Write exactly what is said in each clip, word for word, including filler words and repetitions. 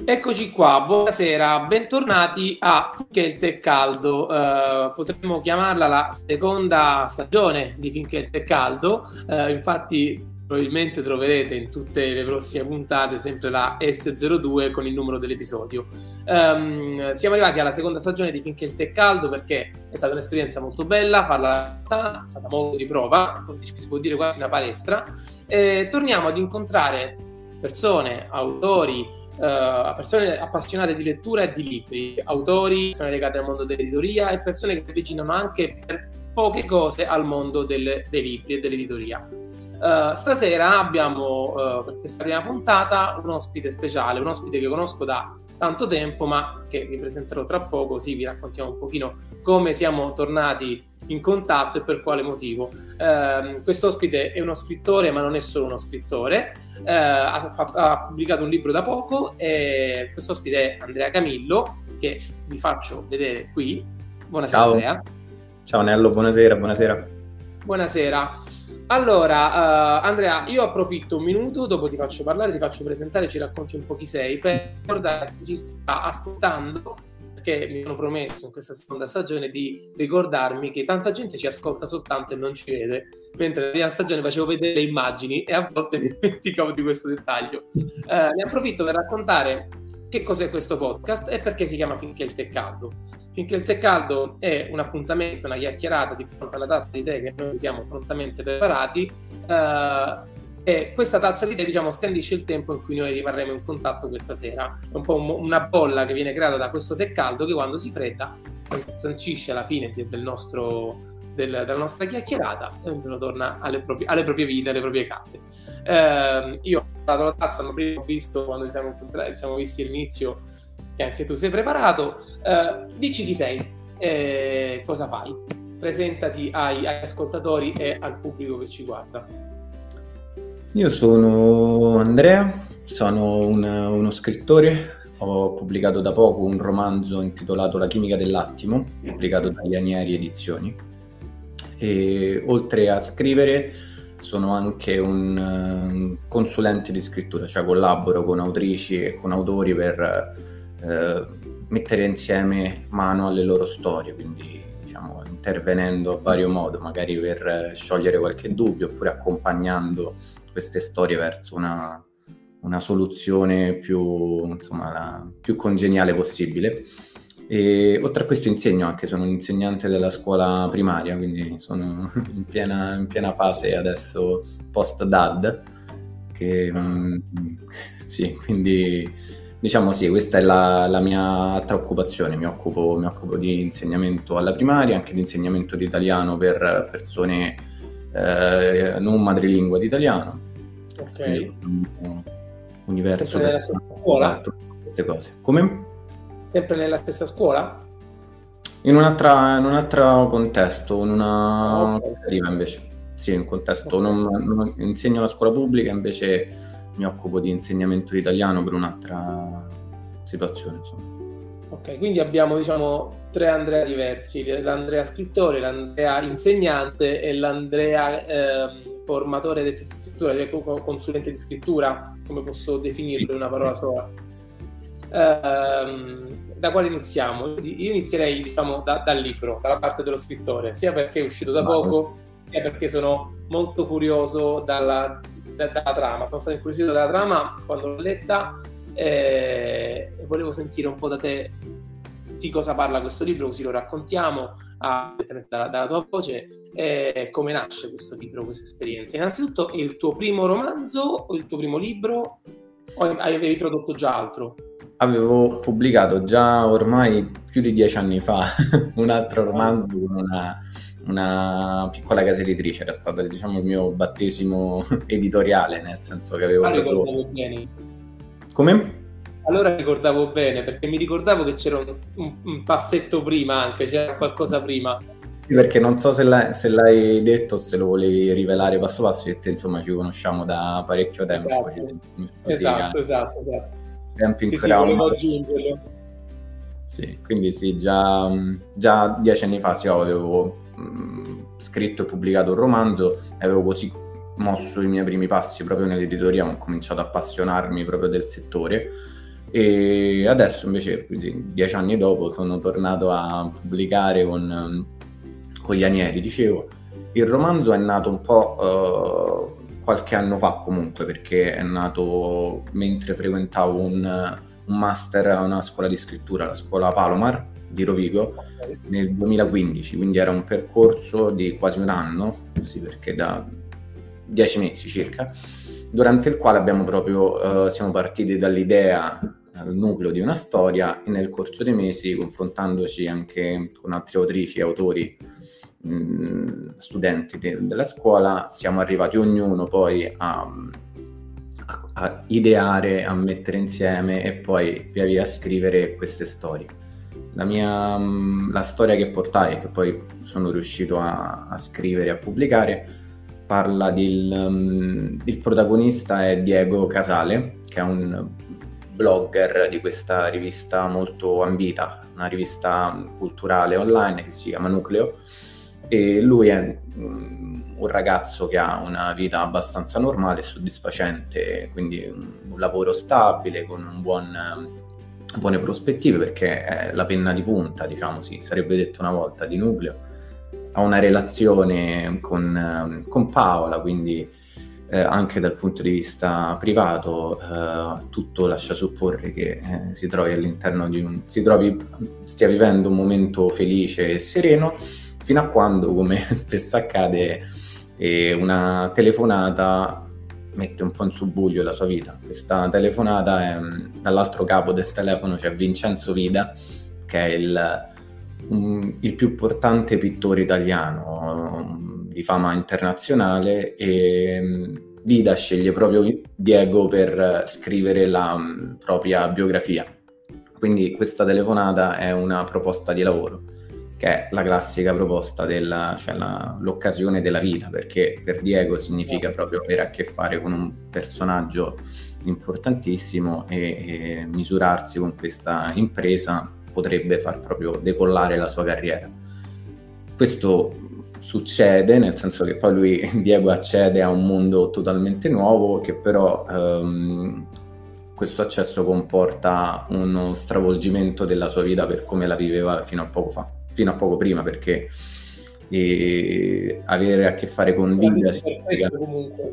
Eccoci qua, buonasera, bentornati a Finché il tè caldo. Uh, potremmo chiamarla la seconda stagione di Finché il tè caldo, uh, infatti probabilmente troverete in tutte le prossime puntate sempre la S zero due con il numero dell'episodio. Um, siamo arrivati alla seconda stagione di Finché il tè caldo perché è stata un'esperienza molto bella, farla è stata molto di prova, si può dire quasi una palestra, e torniamo ad incontrare persone, autori, Uh, persone appassionate di lettura e di libri, autori, persone legate al mondo dell'editoria e persone che si avvicinano anche per poche cose al mondo del, dei libri e dell'editoria. Uh, stasera abbiamo uh, per questa prima puntata un ospite speciale, un ospite che conosco da tanto tempo ma che vi presenterò tra poco, così vi raccontiamo un pochino come siamo tornati in contatto e per quale motivo. Uh, questo ospite è uno scrittore, ma non è solo uno scrittore, uh, ha, fatto, ha pubblicato un libro da poco e questo ospite è Andrea Camillo, che vi faccio vedere qui. Buonasera. Ciao. Andrea. Ciao Nello, buonasera, buonasera. Buonasera. Allora, uh, Andrea, io approfitto un minuto, dopo ti faccio parlare, ti faccio presentare, ci racconti un po' chi sei, per ricordare chi ci sta ascoltando, perché mi hanno promesso in questa seconda stagione di ricordarmi che tanta gente ci ascolta soltanto e non ci vede, mentre nella prima stagione facevo vedere le immagini e a volte mi dimenticavo di questo dettaglio. Uh, ne approfitto per raccontare che cos'è questo podcast e perché si chiama Finché il tè caldo. Finché il tè caldo è un appuntamento, una chiacchierata di fronte alla tazza di tè che noi siamo prontamente preparati, eh, e questa tazza di tè, diciamo, scandisce il tempo in cui noi rimarremo in contatto questa sera. È un po' un, una bolla che viene creata da questo tè caldo che quando si fredda sancisce la fine del nostro, del, della nostra chiacchierata e ognuno torna alle proprie, alle proprie vite, alle proprie case. Eh, io ho dato la tazza, ma prima ho visto, quando ci siamo incontrati, ci siamo visti all'inizio, che anche tu sei preparato. Uh, dici chi sei, eh, cosa fai, presentati ai, agli ascoltatori e al pubblico che ci guarda. Io sono Andrea, sono un, uno scrittore, ho pubblicato da poco un romanzo intitolato La chimica dell'attimo, pubblicato da Ianieri Edizioni, e oltre a scrivere sono anche un, un consulente di scrittura, cioè collaboro con autrici e con autori per Eh, mettere insieme mano alle loro storie, quindi diciamo intervenendo a vario modo, magari per sciogliere qualche dubbio oppure accompagnando queste storie verso una, una soluzione più, insomma, la, più congeniale possibile. E oltre a questo insegno anche, sono un insegnante della scuola primaria, quindi sono in piena, in piena fase adesso post D A D, che um, sì, quindi diciamo sì, questa è la, la mia altra occupazione, mi occupo, mi occupo di insegnamento alla primaria, anche di insegnamento di italiano per persone eh, non madrelingua di italiano. Ok. Quindi, um, universo sempre nella stessa scuola? Queste cose. Come? Sempre nella stessa scuola? In un'altra, in un altro contesto, in una okay. invece. Sì, in un contesto, okay. non, non insegno alla scuola pubblica, invece mi occupo di insegnamento di italiano per un'altra situazione, insomma. Ok, quindi abbiamo, diciamo, tre Andrea diversi: l'Andrea scrittore, l'Andrea insegnante e l'Andrea eh, formatore di scrittura, consulente di scrittura, come posso definirlo in una parola sola. Eh, da quale iniziamo? Io inizierei, diciamo, da, dal libro, dalla parte dello scrittore, sia perché è uscito da poco, sia perché sono molto curioso dalla dalla trama, sono stato incuriosito dalla trama quando l'ho letta eh, e volevo sentire un po' da te di cosa parla questo libro, così lo raccontiamo a, dalla, dalla tua voce, e come nasce questo libro, questa esperienza. Innanzitutto, è il tuo primo romanzo o il tuo primo libro, o avevi prodotto già altro? Avevo pubblicato già ormai più di dieci anni fa un altro romanzo con una una piccola casa editrice, era stato, diciamo, il mio battesimo editoriale, nel senso che avevo ah, proprio... ricordavo bene. Come? Allora ricordavo bene, perché mi ricordavo che c'era un, un, un passetto prima, anche c'era qualcosa prima. Sì, perché non so se, la, se l'hai detto o se lo volevi rivelare passo passo, e te, insomma, ci conosciamo da parecchio tempo. Esatto, esatto, esatto, esatto. Tempi in sì, cui sì, volevo aggiungerlo. Sì, quindi sì, già, già dieci anni fa sì, avevo mh, scritto e pubblicato un romanzo e avevo così mosso i miei primi passi proprio nell'editoria, ho cominciato a appassionarmi proprio del settore E adesso invece, quindi, dieci anni dopo, sono tornato a pubblicare con, con Janieri, dicevo. Il romanzo è nato un po' uh, qualche anno fa comunque, perché è nato mentre frequentavo un, un master a una scuola di scrittura, la scuola Palomar di Rovigo, nel duemilaquindici, quindi era un percorso di quasi un anno, sì, perché da dieci mesi circa, durante il quale abbiamo proprio uh, siamo partiti dall'idea, al nucleo di una storia, e nel corso dei mesi, confrontandoci anche con altri autrici e autori, mh, studenti de- della scuola, siamo arrivati ognuno poi a, a, a ideare, a mettere insieme e poi via via a scrivere queste storie. La mia la storia che portai, che poi sono riuscito a, a scrivere e a pubblicare, parla del um, il protagonista è Diego Casale, che è un blogger di questa rivista molto ambita, una rivista culturale online che si chiama Nucleo, e lui è um, un ragazzo che ha una vita abbastanza normale e soddisfacente, quindi un, un lavoro stabile con un buon um, buone prospettive, perché è la penna di punta, diciamo, si sarebbe detto una volta, di Nucleo. Ha una relazione con, con Paola, quindi eh, anche dal punto di vista privato eh, tutto lascia supporre che eh, si trovi all'interno di un si trovi stia vivendo un momento felice e sereno, fino a quando, come spesso accade, eh, una telefonata mette un po' in subbuglio la sua vita. Questa telefonata è, dall'altro capo del telefono c'è Vincenzo Vida, che è il, um, il più importante pittore italiano um, di fama internazionale, e um, Vida sceglie proprio Diego per scrivere la um, propria biografia. Quindi questa telefonata è una proposta di lavoro, che è la classica proposta della, cioè la, l'occasione della vita, perché per Diego significa proprio avere a che fare con un personaggio importantissimo, e, e misurarsi con questa impresa potrebbe far proprio decollare la sua carriera. Questo succede, nel senso che poi lui, Diego, accede a un mondo totalmente nuovo, che però ehm, questo accesso comporta uno stravolgimento della sua vita per come la viveva fino a poco fa. fino a poco prima, perché eh, avere a che fare con Vida significa... comunque.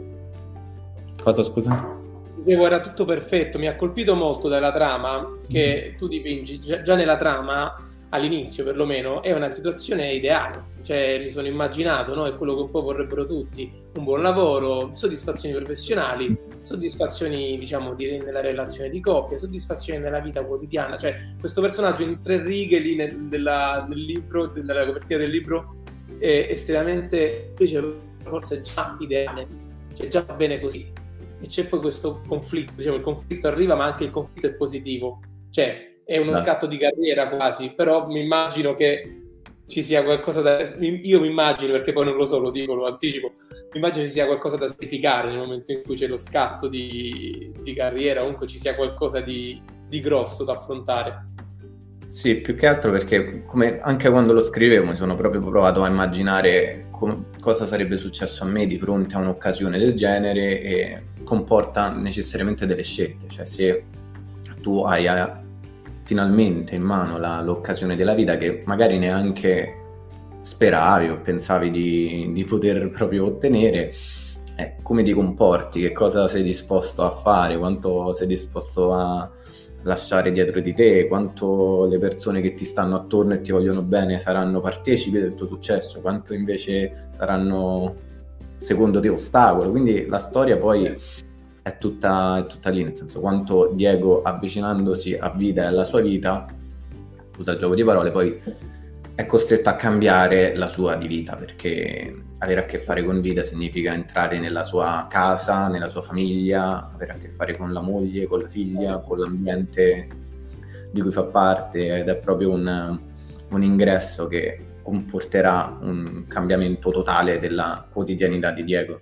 Cosa, scusa? Dicevo, era tutto perfetto. Mi ha colpito molto dalla trama, che mm-hmm. tu dipingi già, già nella trama, all'inizio perlomeno, è una situazione ideale. Cioè, mi sono immaginato, no? È quello che un po' vorrebbero tutti: un buon lavoro, soddisfazioni professionali, soddisfazioni, diciamo, di, nella relazione di coppia, soddisfazioni nella vita quotidiana. Cioè, questo personaggio in tre righe lì nel, nella, nel libro, nella copertina del libro, è estremamente, invece, forse è già ideale, cioè già va bene così. E c'è poi questo conflitto, diciamo, il conflitto arriva, ma anche il conflitto è positivo, cioè è uno scatto di carriera quasi, però mi immagino che ci sia qualcosa da... Io mi immagino, perché poi non lo so, lo dico, lo anticipo, mi immagino ci sia qualcosa da sacrificare nel momento in cui c'è lo scatto di, di carriera, comunque ci sia qualcosa di, di grosso da affrontare. Sì, più che altro perché, come anche quando lo scrivevo, mi sono proprio provato a immaginare com- cosa sarebbe successo a me di fronte a un'occasione del genere, e comporta necessariamente delle scelte. Cioè, se tu hai a, finalmente in mano la, l'occasione della vita, che magari neanche speravi o pensavi di, di poter proprio ottenere, eh, come ti comporti, che cosa sei disposto a fare, quanto sei disposto a lasciare dietro di te, quanto le persone che ti stanno attorno e ti vogliono bene saranno partecipi del tuo successo, quanto invece saranno secondo te ostacolo. Quindi la storia poi è tutta, è tutta lì, nel senso, quanto Diego, avvicinandosi a Vida e alla sua vita, scusa il gioco di parole, poi è costretto a cambiare la sua di vita, perché avere a che fare con Vida significa entrare nella sua casa, nella sua famiglia, avere a che fare con la moglie, con la figlia, con l'ambiente di cui fa parte, ed è proprio un, un ingresso che comporterà un cambiamento totale della quotidianità di Diego.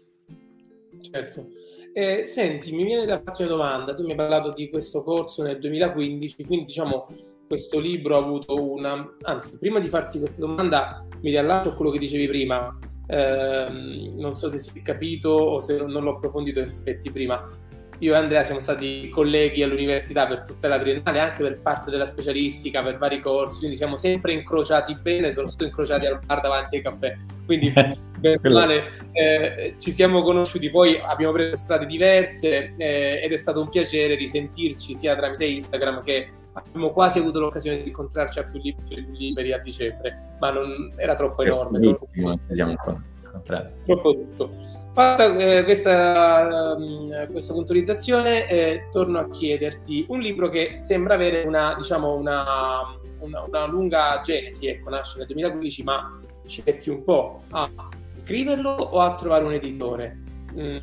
Certo. Eh, senti, mi viene da farti una domanda. Tu mi hai parlato di questo corso nel duemilaquindici, quindi diciamo questo libro ha avuto una... Anzi, prima di farti questa domanda mi riallaccio a quello che dicevi prima. Eh, non so se si è capito o se non l'ho approfondito in effetti prima. io e Andrea siamo stati colleghi all'università per tutta la triennale, anche per parte della specialistica, per vari corsi, quindi siamo sempre incrociati bene, soprattutto incrociati al bar davanti ai caffè, quindi per male eh, ci siamo conosciuti, poi abbiamo preso strade diverse eh, ed è stato un piacere risentirci sia tramite Instagram, che abbiamo quasi avuto l'occasione di incontrarci a più liberi, liberi a dicembre, ma non era troppo enorme, troppo, siamo troppo tutto. Fatta eh, questa, uh, questa puntualizzazione, eh, torno a chiederti un libro che sembra avere una, diciamo, una, una, una lunga genesi, ecco, nasce nel duemilaquindici, ma ci metti un po' a scriverlo o a trovare un editore? Mm,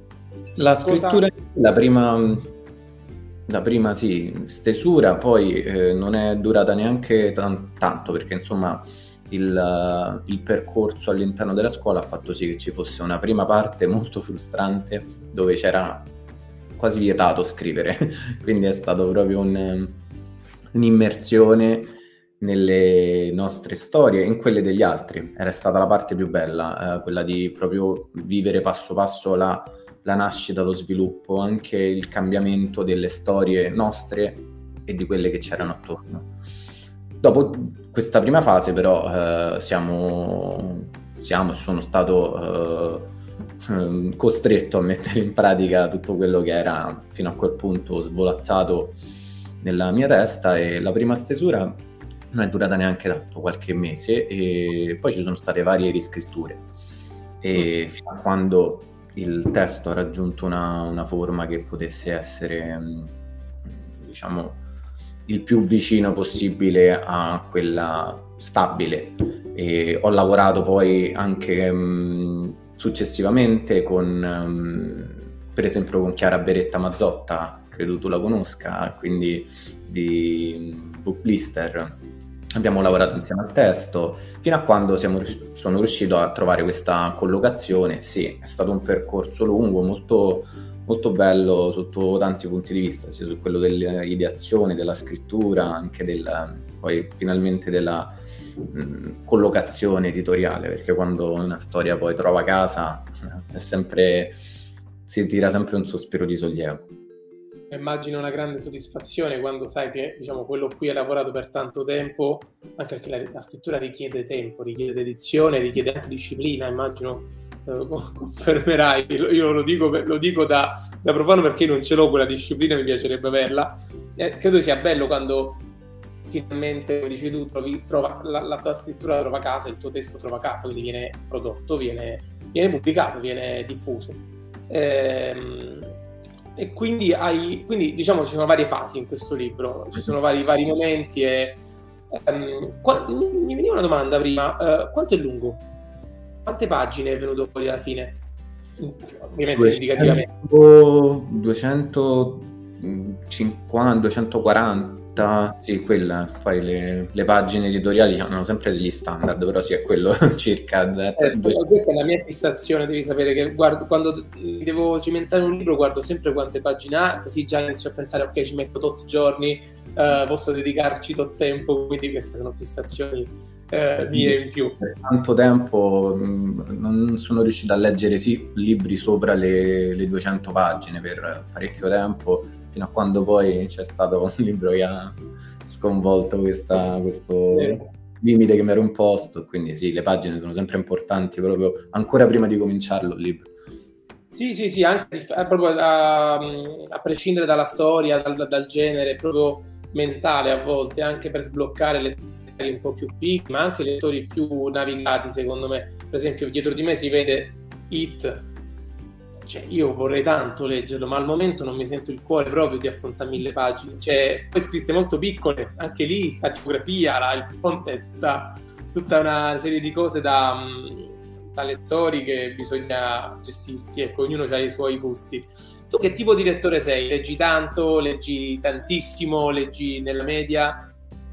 la scrittura, cosa... la prima, la prima sì, stesura, poi eh, non è durata neanche tan- tanto, perché insomma il, il percorso all'interno della scuola ha fatto sì che ci fosse una prima parte molto frustrante, dove c'era quasi vietato scrivere, quindi è stato proprio un, un'immersione nelle nostre storie e in quelle degli altri. Era stata la parte più bella, eh, quella di proprio vivere passo passo la, la nascita, lo sviluppo, anche il cambiamento delle storie nostre e di quelle che c'erano attorno. Dopo questa prima fase però eh, siamo, siamo, sono stato eh, costretto a mettere in pratica tutto quello che era fino a quel punto svolazzato nella mia testa, e la prima stesura non è durata neanche tanto, qualche mese, e poi ci sono state varie riscritture, e fino a quando il testo ha raggiunto una, una forma che potesse essere, diciamo, il più vicino possibile a quella stabile. E ho lavorato poi anche mh, successivamente con mh, per esempio con Chiara Beretta Mazzotta, credo tu la conosca, quindi di Book Blister. Abbiamo lavorato insieme al testo fino a quando siamo, sono riuscito a trovare questa collocazione. Sì, è stato un percorso lungo, molto molto bello sotto tanti punti di vista, sia su quello dell'ideazione, della scrittura, anche del, poi finalmente della mh, collocazione editoriale, perché quando una storia poi trova casa è sempre, si tira sempre un sospiro di sollievo. Immagino una grande soddisfazione quando sai che, diciamo, quello a cui hai lavorato per tanto tempo, anche perché la, la scrittura richiede tempo, richiede dedizione, richiede anche disciplina, immagino eh, confermerai. Io lo dico, lo dico da, da profano, perché non ce l'ho quella disciplina, mi piacerebbe averla. Eh, credo sia bello quando finalmente, come dici tu, trovi, trova, la, la tua scrittura trova casa, il tuo testo trova casa, quindi viene prodotto, viene, viene pubblicato, viene diffuso. Ehm, E quindi hai, quindi diciamo ci sono varie fasi in questo libro, ci sono vari, vari momenti e um, qua, mi veniva una domanda prima, uh, quanto è lungo? Quante pagine è venuto fuori alla fine? Ovviamente indicativamente. duecentocinquanta, duecentoquaranta, sì, quella. Poi le, le pagine editoriali hanno sempre degli standard, però sì, è quello circa. Eh, questa è la mia fissazione, devi sapere che guardo, quando devo cimentare un libro guardo sempre quante pagine ha, così già inizio a pensare ok, ci metto tot giorni, eh, posso dedicarci tot tempo, quindi queste sono fissazioni eh, mie in più. Per tanto tempo mh, non sono riuscito a leggere sì, libri sopra le, le duecento pagine per parecchio tempo, fino a quando poi c'è stato un libro che ha sconvolto questa, questo eh. limite che mi ero imposto, quindi sì, le pagine sono sempre importanti, proprio ancora prima di cominciarlo il libro. Sì, sì, sì, anche proprio a, a prescindere dalla storia, dal, dal genere, proprio mentale a volte, anche per sbloccare lettori un po' più piccoli, ma anche lettori più navigati, secondo me. Per esempio, dietro di me si vede It. Cioè, io vorrei tanto leggerlo, ma al momento non mi sento il cuore proprio di affrontare mille pagine. Cioè, poi scritte molto piccole, anche lì la tipografia, la, il font è tutta, tutta una serie di cose da, da lettori che bisogna gestirsi. Ecco, ognuno ha i suoi gusti. Tu che tipo di lettore sei? Leggi tanto? Leggi tantissimo? Leggi nella media?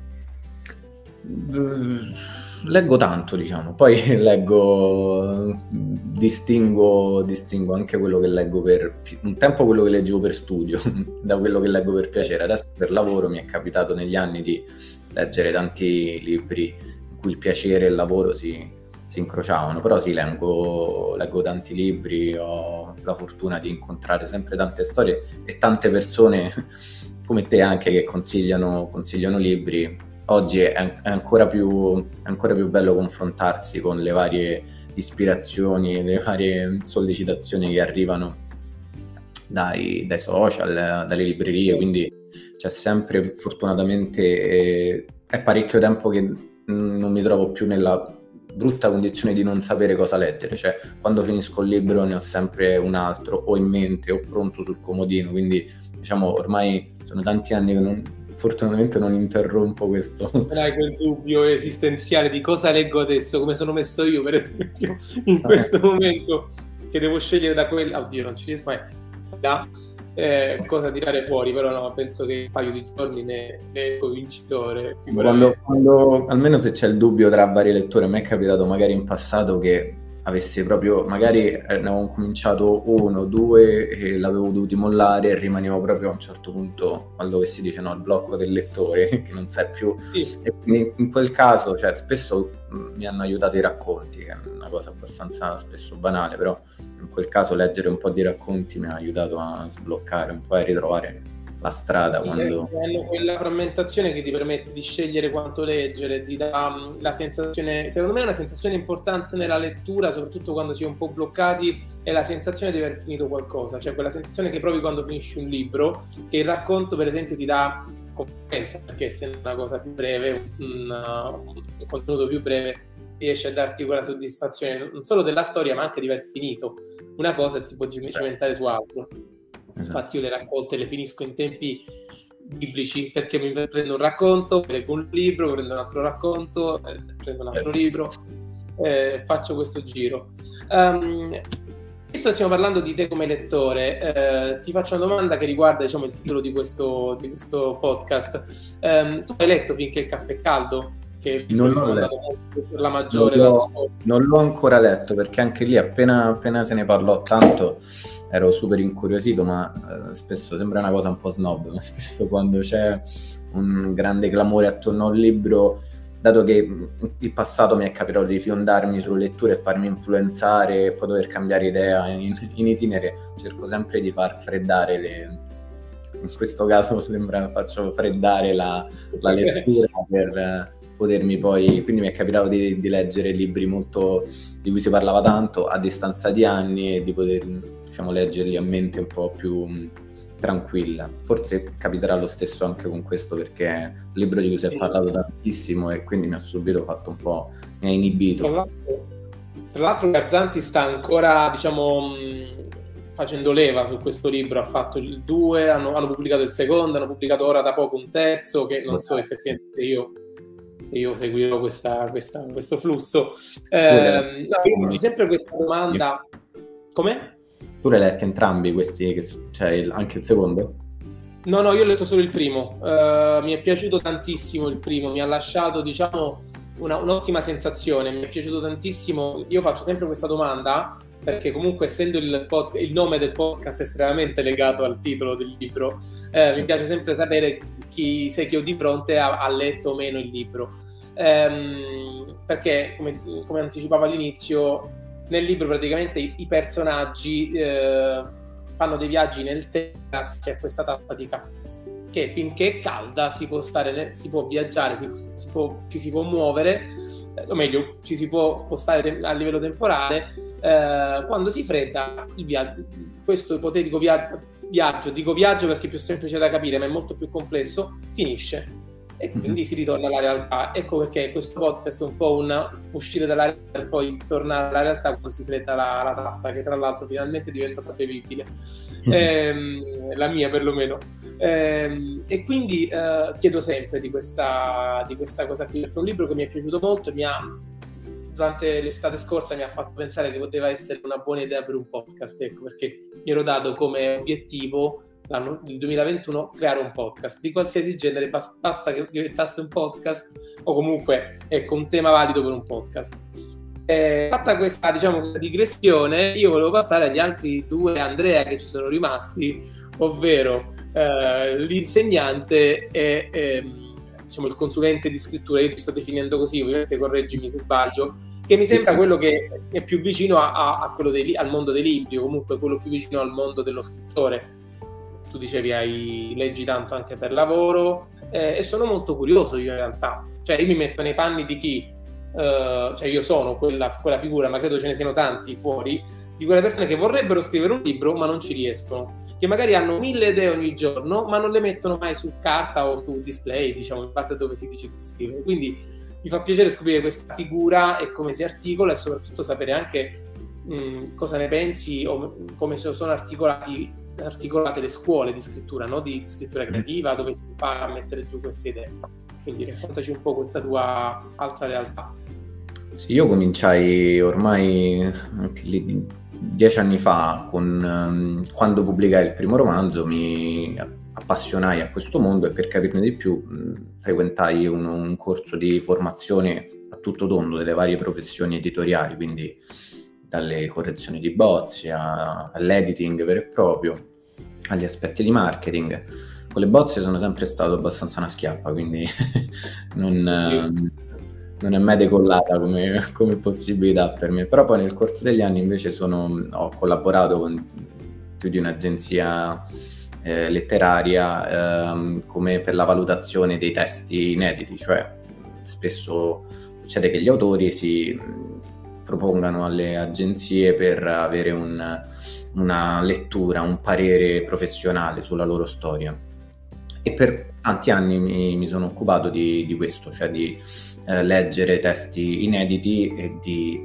Leggo tanto, diciamo, poi leggo, distingo, distingo anche quello che leggo per un tempo, quello che leggevo per studio, da quello che leggo per piacere. Adesso per lavoro mi è capitato negli anni di leggere tanti libri in cui il piacere e il lavoro si, si incrociavano, però sì, leggo, leggo tanti libri, ho la fortuna di incontrare sempre tante storie e tante persone come te anche che consigliano, consigliano libri. Oggi è, è, ancora più, è ancora più bello confrontarsi con le varie ispirazioni, le varie sollecitazioni che arrivano dai, dai social, dalle librerie, quindi c'è sempre, fortunatamente, eh, è parecchio tempo che non mi trovo più nella brutta condizione di non sapere cosa leggere, cioè quando finisco il libro ne ho sempre un altro o in mente o pronto sul comodino, quindi diciamo ormai sono tanti anni che non, fortunatamente non interrompo questo. Hai quel dubbio esistenziale di cosa leggo adesso, come sono messo io per esempio in questo momento, che devo scegliere da quel, oddio non ci riesco mai, da eh, cosa tirare fuori, però no, penso che un paio di giorni ne, ne esco vincitore. Quando, quando, almeno se c'è il dubbio tra varie letture, a me è capitato magari in passato che avessi proprio, magari ne avevo cominciato uno, due e l'avevo dovuti mollare e rimanevo proprio a un certo punto, quando si dice no, il blocco del lettore, che non sai più. Sì. E quindi in quel caso, cioè spesso mi hanno aiutato i racconti, che è una cosa abbastanza spesso banale, però in quel caso leggere un po' di racconti mi ha aiutato a sbloccare un po' e a ritrovare la strada. Sì, quando hanno quella frammentazione che ti permette di scegliere quanto leggere, ti dà um, la sensazione, secondo me è una sensazione importante nella lettura, soprattutto quando si è un po' bloccati, è la sensazione di aver finito qualcosa, cioè quella sensazione che provi quando finisci un libro, che il racconto per esempio ti dà competenza, perché essendo una cosa più breve, un, uh, un contenuto più breve, riesce a darti quella soddisfazione non solo della storia ma anche di aver finito una cosa e ti puoi cimentare su altro. Esatto. Infatti io le raccolte le finisco in tempi biblici, perché mi prendo un racconto, leggo un libro, prendo un altro racconto, eh, prendo un altro libro, eh, faccio questo giro. Um, visto che stiamo parlando di te come lettore, eh, ti faccio una domanda che riguarda, diciamo, il titolo di questo, di questo podcast. Um, tu hai letto Finché il caffè è caldo? Che non l'ho letto per la maggiore non l'ho, non l'ho ancora letto, perché anche lì appena, appena se ne parlò tanto ero super incuriosito, ma eh, spesso sembra una cosa un po' snob, ma spesso quando c'è un grande clamore attorno a un libro, dato che in passato mi è capitato di fiondarmi sulle letture e farmi influenzare e poi dover cambiare idea in, in itinere, cerco sempre di far freddare le... in questo caso sembra faccio freddare la, la lettura per potermi poi, quindi mi è capitato di, di leggere libri molto di cui si parlava tanto a distanza di anni e di poter, diciamo, leggerli a mente un po' più mh, tranquilla. Forse capiterà lo stesso anche con questo, perché è un libro di cui si è parlato tantissimo e quindi mi ha subito fatto un po', mi ha inibito. Tra l'altro, tra l'altro Garzanti sta ancora, diciamo, mh, facendo leva su questo libro, ha fatto il due, hanno, hanno pubblicato il secondo, hanno pubblicato ora da poco un terzo, che non so effettivamente se io se io seguirò questa, questa, questo flusso. Eh, no, io faccio sempre questa domanda. Come? Tu l'hai letti entrambi questi, che, cioè il, anche il secondo? No, no, io ho letto solo il primo. Uh, mi è piaciuto tantissimo il primo, mi ha lasciato, diciamo, una, un'ottima sensazione, mi è piaciuto tantissimo. Io faccio sempre questa domanda, perché comunque essendo il, pod, il nome del podcast estremamente legato al titolo del libro, eh, mi piace sempre sapere chi, se chi ho di fronte ha, ha letto o meno il libro, ehm, perché come, come anticipavo all'inizio, nel libro praticamente i, i personaggi eh, fanno dei viaggi nel tempo grazie a questa tazza di caffè, che finché è calda si può stare, si può viaggiare, si, si può, ci si può muovere, o meglio ci si può spostare a livello temporale. Eh, quando si fredda il viaggio, questo ipotetico viaggio, viaggio, dico viaggio perché è più semplice da capire ma è molto più complesso, finisce e quindi si ritorna alla realtà. Ecco perché questo podcast è un po' un uscire dalla realtà per poi tornare alla realtà quando si fredda la, la tazza, che tra l'altro finalmente è diventata bevibile, ehm, la mia perlomeno, ehm, e quindi eh, chiedo sempre di questa, di questa cosa qui, perché è un libro che mi è piaciuto molto, mi ha durante l'estate scorsa mi ha fatto pensare che poteva essere una buona idea per un podcast, ecco perché mi ero dato come obiettivo l'anno, il duemilaventuno, creare un podcast di qualsiasi genere, basta che diventasse un podcast o comunque ecco un tema valido per un podcast. Eh, fatta questa, diciamo, digressione, io volevo passare agli altri due Andrea che ci sono rimasti, ovvero eh, l'insegnante e ehm, diciamo il consulente di scrittura. Io ti sto definendo così, ovviamente correggimi se sbaglio, che mi sembra sì, quello che è più vicino a, a, a quello dei, al mondo dei libri, o comunque quello più vicino al mondo dello scrittore. Tu dicevi hai, leggi tanto anche per lavoro, eh, e sono molto curioso io in realtà, cioè io mi metto nei panni di chi, eh, cioè io sono quella, quella figura, ma credo ce ne siano tanti fuori, di quelle persone che vorrebbero scrivere un libro ma non ci riescono, che magari hanno mille idee ogni giorno ma non le mettono mai su carta o su display, diciamo, in base a dove si dice di scrivere. Quindi mi fa piacere scoprire questa figura e come si articola, e soprattutto sapere anche mh, cosa ne pensi, o come sono articolati, articolate le scuole di scrittura, no? Di scrittura creativa, dove si fa a mettere giù queste idee. Quindi raccontaci un po' questa tua altra realtà. Sì, io cominciai ormai anche lì dieci anni fa, con, um, quando pubblicai il primo romanzo, mi appassionai a questo mondo e per capirne di più mh, frequentai un, un corso di formazione a tutto tondo delle varie professioni editoriali, quindi dalle correzioni di bozzi a, all'editing vero e proprio, agli aspetti di marketing. Con le bozze sono sempre stato abbastanza una schiappa, quindi non, sì. non è mai decollata come, come possibilità per me. Però poi nel corso degli anni invece sono, ho collaborato con più di un'agenzia eh, letteraria eh, come per la valutazione dei testi inediti, cioè spesso succede che gli autori si propongano alle agenzie per avere un, una lettura, un parere professionale sulla loro storia. E per tanti anni mi, mi sono occupato di, di questo, cioè di eh, leggere testi inediti e di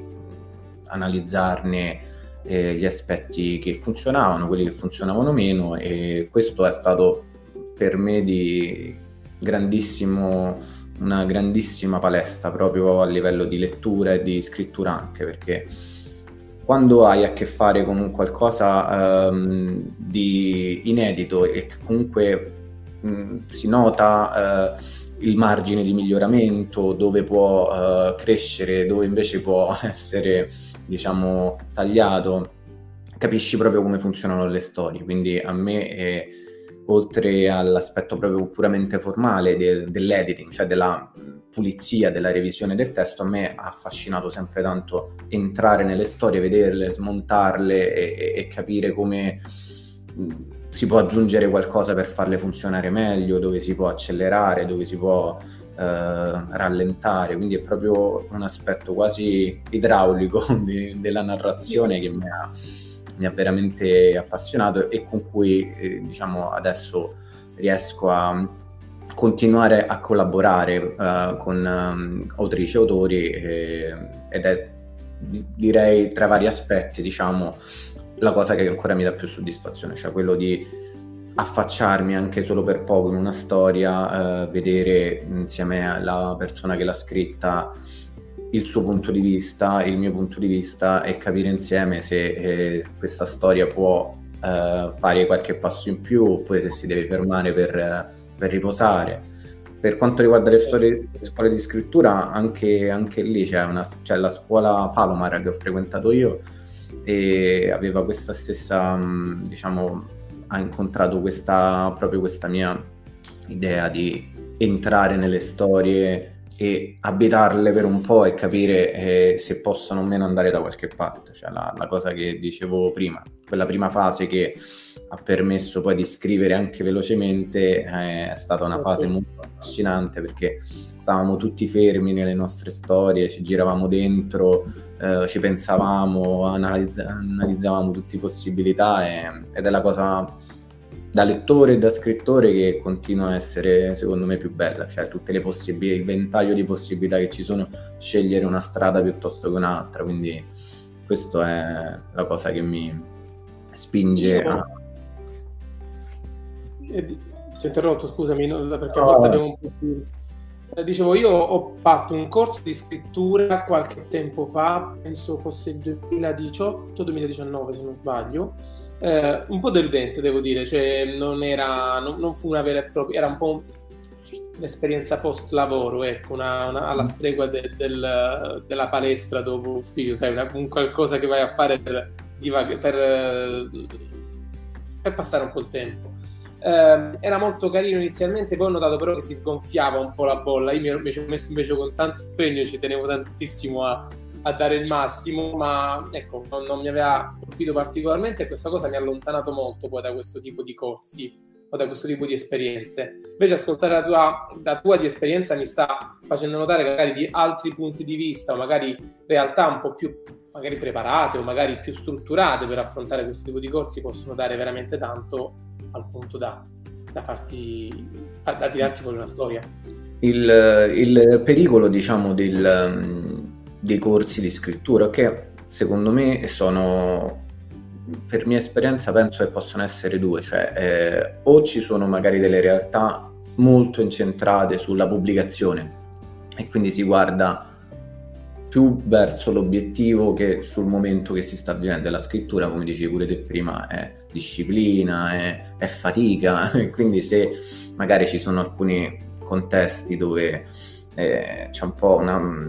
analizzarne eh, gli aspetti che funzionavano, quelli che funzionavano meno, e questo è stato per me di grandissimo, una grandissima palestra proprio a livello di lettura e di scrittura anche, perché quando hai a che fare con qualcosa um, di inedito e che comunque mh, si nota uh, il margine di miglioramento, dove può uh, crescere, dove invece può essere, diciamo, tagliato, capisci proprio come funzionano le storie. Quindi a me è, oltre all'aspetto proprio puramente formale de- dell'editing, cioè della pulizia, della revisione del testo, a me ha affascinato sempre tanto entrare nelle storie, vederle, smontarle e, e capire come si può aggiungere qualcosa per farle funzionare meglio, dove si può accelerare, dove si può eh, rallentare. Quindi è proprio un aspetto quasi idraulico di, della narrazione che mi ha, mi ha veramente appassionato e con cui eh, diciamo adesso riesco a continuare a collaborare uh, con um, autrici e autori eh, ed è di, direi tra vari aspetti, diciamo, la cosa che ancora mi dà più soddisfazione, cioè quello di affacciarmi anche solo per poco in una storia, uh, vedere insieme alla persona che l'ha scritta il suo punto di vista, il mio punto di vista, e capire insieme se eh, questa storia può uh, fare qualche passo in più oppure se si deve fermare per uh, per riposare. Per quanto riguarda le, storie, le scuole di scrittura, anche, anche lì c'è, una, c'è la scuola Palomar che ho frequentato io e aveva questa stessa, diciamo, ha incontrato questa proprio questa mia idea di entrare nelle storie e abitarle per un po' e capire eh, se possono o meno andare da qualche parte, cioè la, la cosa che dicevo prima, quella prima fase che ha permesso poi di scrivere anche velocemente, eh, è stata una fase molto affascinante, perché stavamo tutti fermi nelle nostre storie, ci giravamo dentro, eh, ci pensavamo, analizz- analizzavamo tutte le possibilità e, ed è la cosa da lettore e da scrittore che continua a essere secondo me più bella, cioè tutte le possibilità, il ventaglio di possibilità che ci sono, scegliere una strada piuttosto che un'altra, quindi questo è la cosa che mi spinge a... Ti ho interrotto, scusami, perché a volte abbiamo un po' più... Dicevo, io ho fatto un corso di scrittura qualche tempo fa, penso fosse il duemiladiciotto duemiladiciannove se non sbaglio, eh, un po' deludente devo dire, cioè non era, non, non fu una vera e propria, era un po' un'esperienza post lavoro, ecco, una, una, alla stregua de, del, della palestra dopo ufficio, sai, una, un qualcosa che vai a fare per, per, per passare un po' il tempo. Eh, era molto carino inizialmente, poi ho notato però che si sgonfiava un po' la bolla. Io mi, mi ci ho messo invece con tanto impegno, ci tenevo tantissimo a, a dare il massimo, ma ecco, non, non mi aveva colpito particolarmente, e questa cosa mi ha allontanato molto poi da questo tipo di corsi o da questo tipo di esperienze. Invece ascoltare la tua, la tua di esperienza mi sta facendo notare che magari di altri punti di vista o magari realtà un po' più magari preparate o magari più strutturate per affrontare questo tipo di corsi possono dare veramente tanto, al punto da, da farti da tirarti fuori una storia. Il, il pericolo, diciamo, del, dei corsi di scrittura, che secondo me sono, per mia esperienza, penso che possono essere due, cioè eh, o ci sono magari delle realtà molto incentrate sulla pubblicazione e quindi si guarda più verso l'obiettivo che sul momento che si sta vivendo. La scrittura, come dicevi pure te prima, è disciplina, è, è fatica, quindi se magari ci sono alcuni contesti dove eh, c'è un po' una,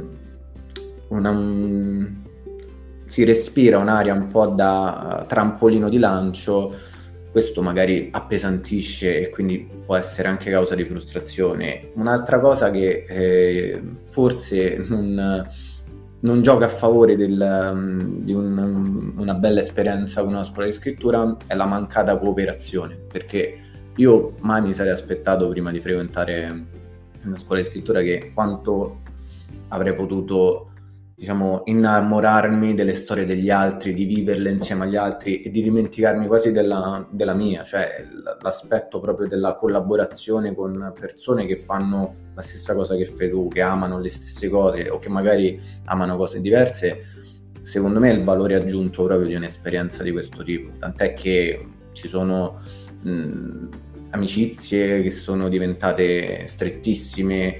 una un, si respira un'aria un po' da trampolino di lancio, questo magari appesantisce e quindi può essere anche causa di frustrazione. Un'altra cosa che eh, forse non, non gioca a favore del, di un, una bella esperienza con una scuola di scrittura è la mancata cooperazione, perché io mai mi sarei aspettato, prima di frequentare una scuola di scrittura, che quanto avrei potuto, diciamo, innamorarmi delle storie degli altri, di viverle insieme agli altri e di dimenticarmi quasi della, della mia, cioè l'aspetto proprio della collaborazione con persone che fanno la stessa cosa che fai tu, che amano le stesse cose o che magari amano cose diverse. Secondo me è il valore aggiunto proprio di un'esperienza di questo tipo, tant'è che ci sono mh, amicizie che sono diventate strettissime,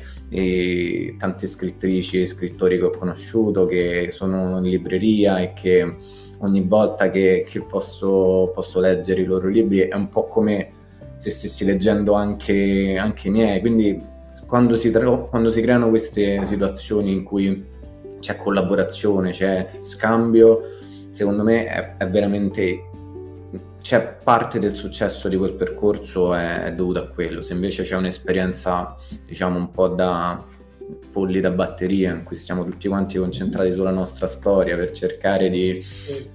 e tante scrittrici e scrittori che ho conosciuto che sono in libreria e che ogni volta che, che posso, posso leggere i loro libri è un po' come se stessi leggendo anche, anche i miei. Quindi quando si, tra- quando si creano queste situazioni in cui c'è collaborazione, c'è scambio, secondo me è, è veramente, c'è parte del successo di quel percorso è dovuta a quello. Se invece c'è un'esperienza, diciamo, un po' da polli da batteria, in cui stiamo tutti quanti concentrati sulla nostra storia per cercare di,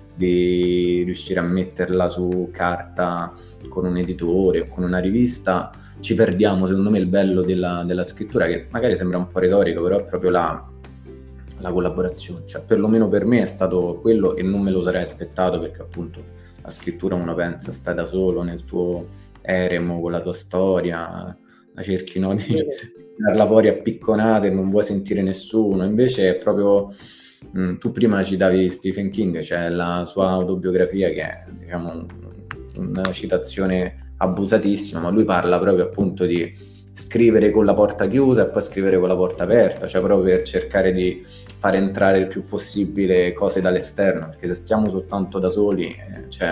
di riuscire a metterla su carta con un editore o con una rivista, ci perdiamo, secondo me, il bello della, della scrittura, che magari sembra un po' retorico, però è proprio la, la collaborazione. Cioè, perlomeno per me è stato quello, e non me lo sarei aspettato, perché appunto la scrittura, uno pensa, stai da solo nel tuo eremo con la tua storia, la cerchi, no, di tirarla fuori a picconate e non vuoi sentire nessuno. Invece è proprio, mh, tu prima citavi Stephen King, c'è cioè la sua autobiografia che è, diciamo, un, una citazione abusatissima, ma lui parla proprio appunto di scrivere con la porta chiusa e poi scrivere con la porta aperta, cioè proprio per cercare di fare entrare il più possibile cose dall'esterno, perché se stiamo soltanto da soli eh, c'è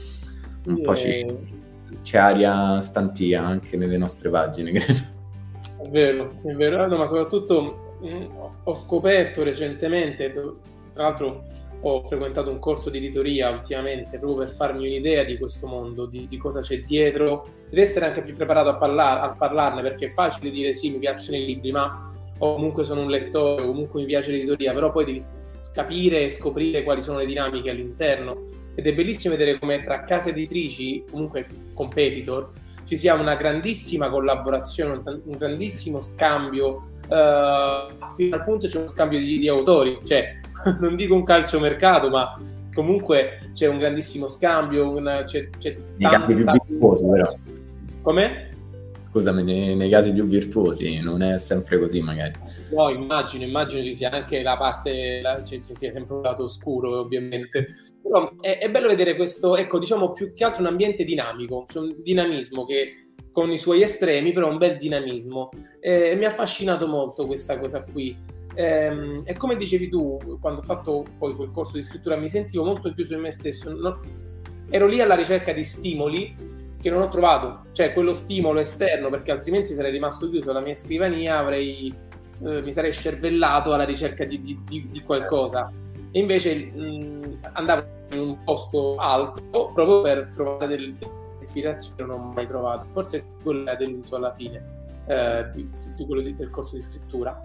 un e... po' c'è, c'è aria stantia anche nelle nostre pagine, credo. È vero, è vero, no, ma soprattutto mh, ho scoperto recentemente, tra l'altro ho frequentato un corso di editoria ultimamente proprio per farmi un'idea di questo mondo, di, di cosa c'è dietro, ed essere anche più preparato a, parlar, a parlarne, perché è facile dire sì, mi piacciono i libri, ma o comunque sono un lettore, o comunque mi piace l'editoria, però poi devi capire e scoprire quali sono le dinamiche all'interno. Ed è bellissimo vedere come tra case editrici, comunque competitor, ci sia una grandissima collaborazione, un grandissimo scambio, eh, fino al punto c'è uno scambio di, di autori, cioè non dico un calciomercato, ma comunque c'è un grandissimo scambio, una, c'è, c'è nei casi più virtuosi, però. Come? Scusami, nei, nei casi più virtuosi non è sempre così, magari. No, immagino, immagino ci sia anche la parte, la, ci, ci sia sempre un lato oscuro, ovviamente. Però è, è bello vedere questo, ecco, diciamo più che altro un ambiente dinamico, cioè un dinamismo che con i suoi estremi, però un bel dinamismo. E eh, mi ha affascinato molto questa cosa qui. E, e come dicevi tu, quando ho fatto poi quel corso di scrittura, mi sentivo molto chiuso in me stesso. No, ero lì alla ricerca di stimoli che non ho trovato, cioè quello stimolo esterno, perché altrimenti sarei rimasto chiuso alla mia scrivania, avrei, eh, mi sarei scervellato alla ricerca di, di, di, di qualcosa. E invece mh, andavo in un posto alto proprio per trovare delle ispirazioni che non ho mai trovato. Forse quello è deluso alla fine eh, di, di quello di, del corso di scrittura.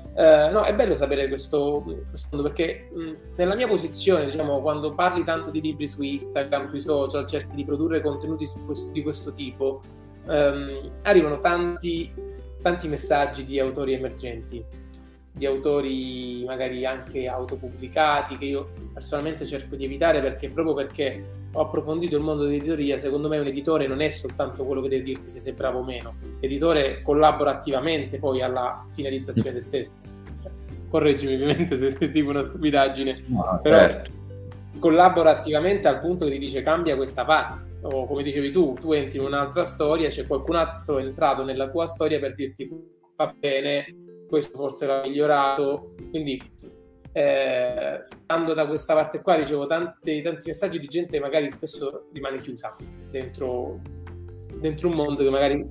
Eh, no, è bello sapere questo, questo perché mh, nella mia posizione, diciamo, quando parli tanto di libri su Instagram, sui social, cerchi di produrre contenuti su questo, di questo tipo, ehm, arrivano tanti, tanti messaggi di autori emergenti, di autori magari anche autopubblicati, che io personalmente cerco di evitare, perché proprio perché ho approfondito il mondo dell'editoria, secondo me un editore non è soltanto quello che deve dirti se sei bravo o meno, l'editore collabora attivamente poi alla finalizzazione del testo. Correggimi ovviamente se, se dico una stupidaggine, No, però certo. collabora attivamente al punto che ti dice cambia questa parte, o come dicevi tu, tu entri in un'altra storia, c'è qualcun altro entrato nella tua storia per dirti va bene, questo forse l'ha migliorato, quindi eh, stando da questa parte qua ricevo tanti, tanti messaggi di gente che magari spesso rimane chiusa dentro, dentro un mondo che magari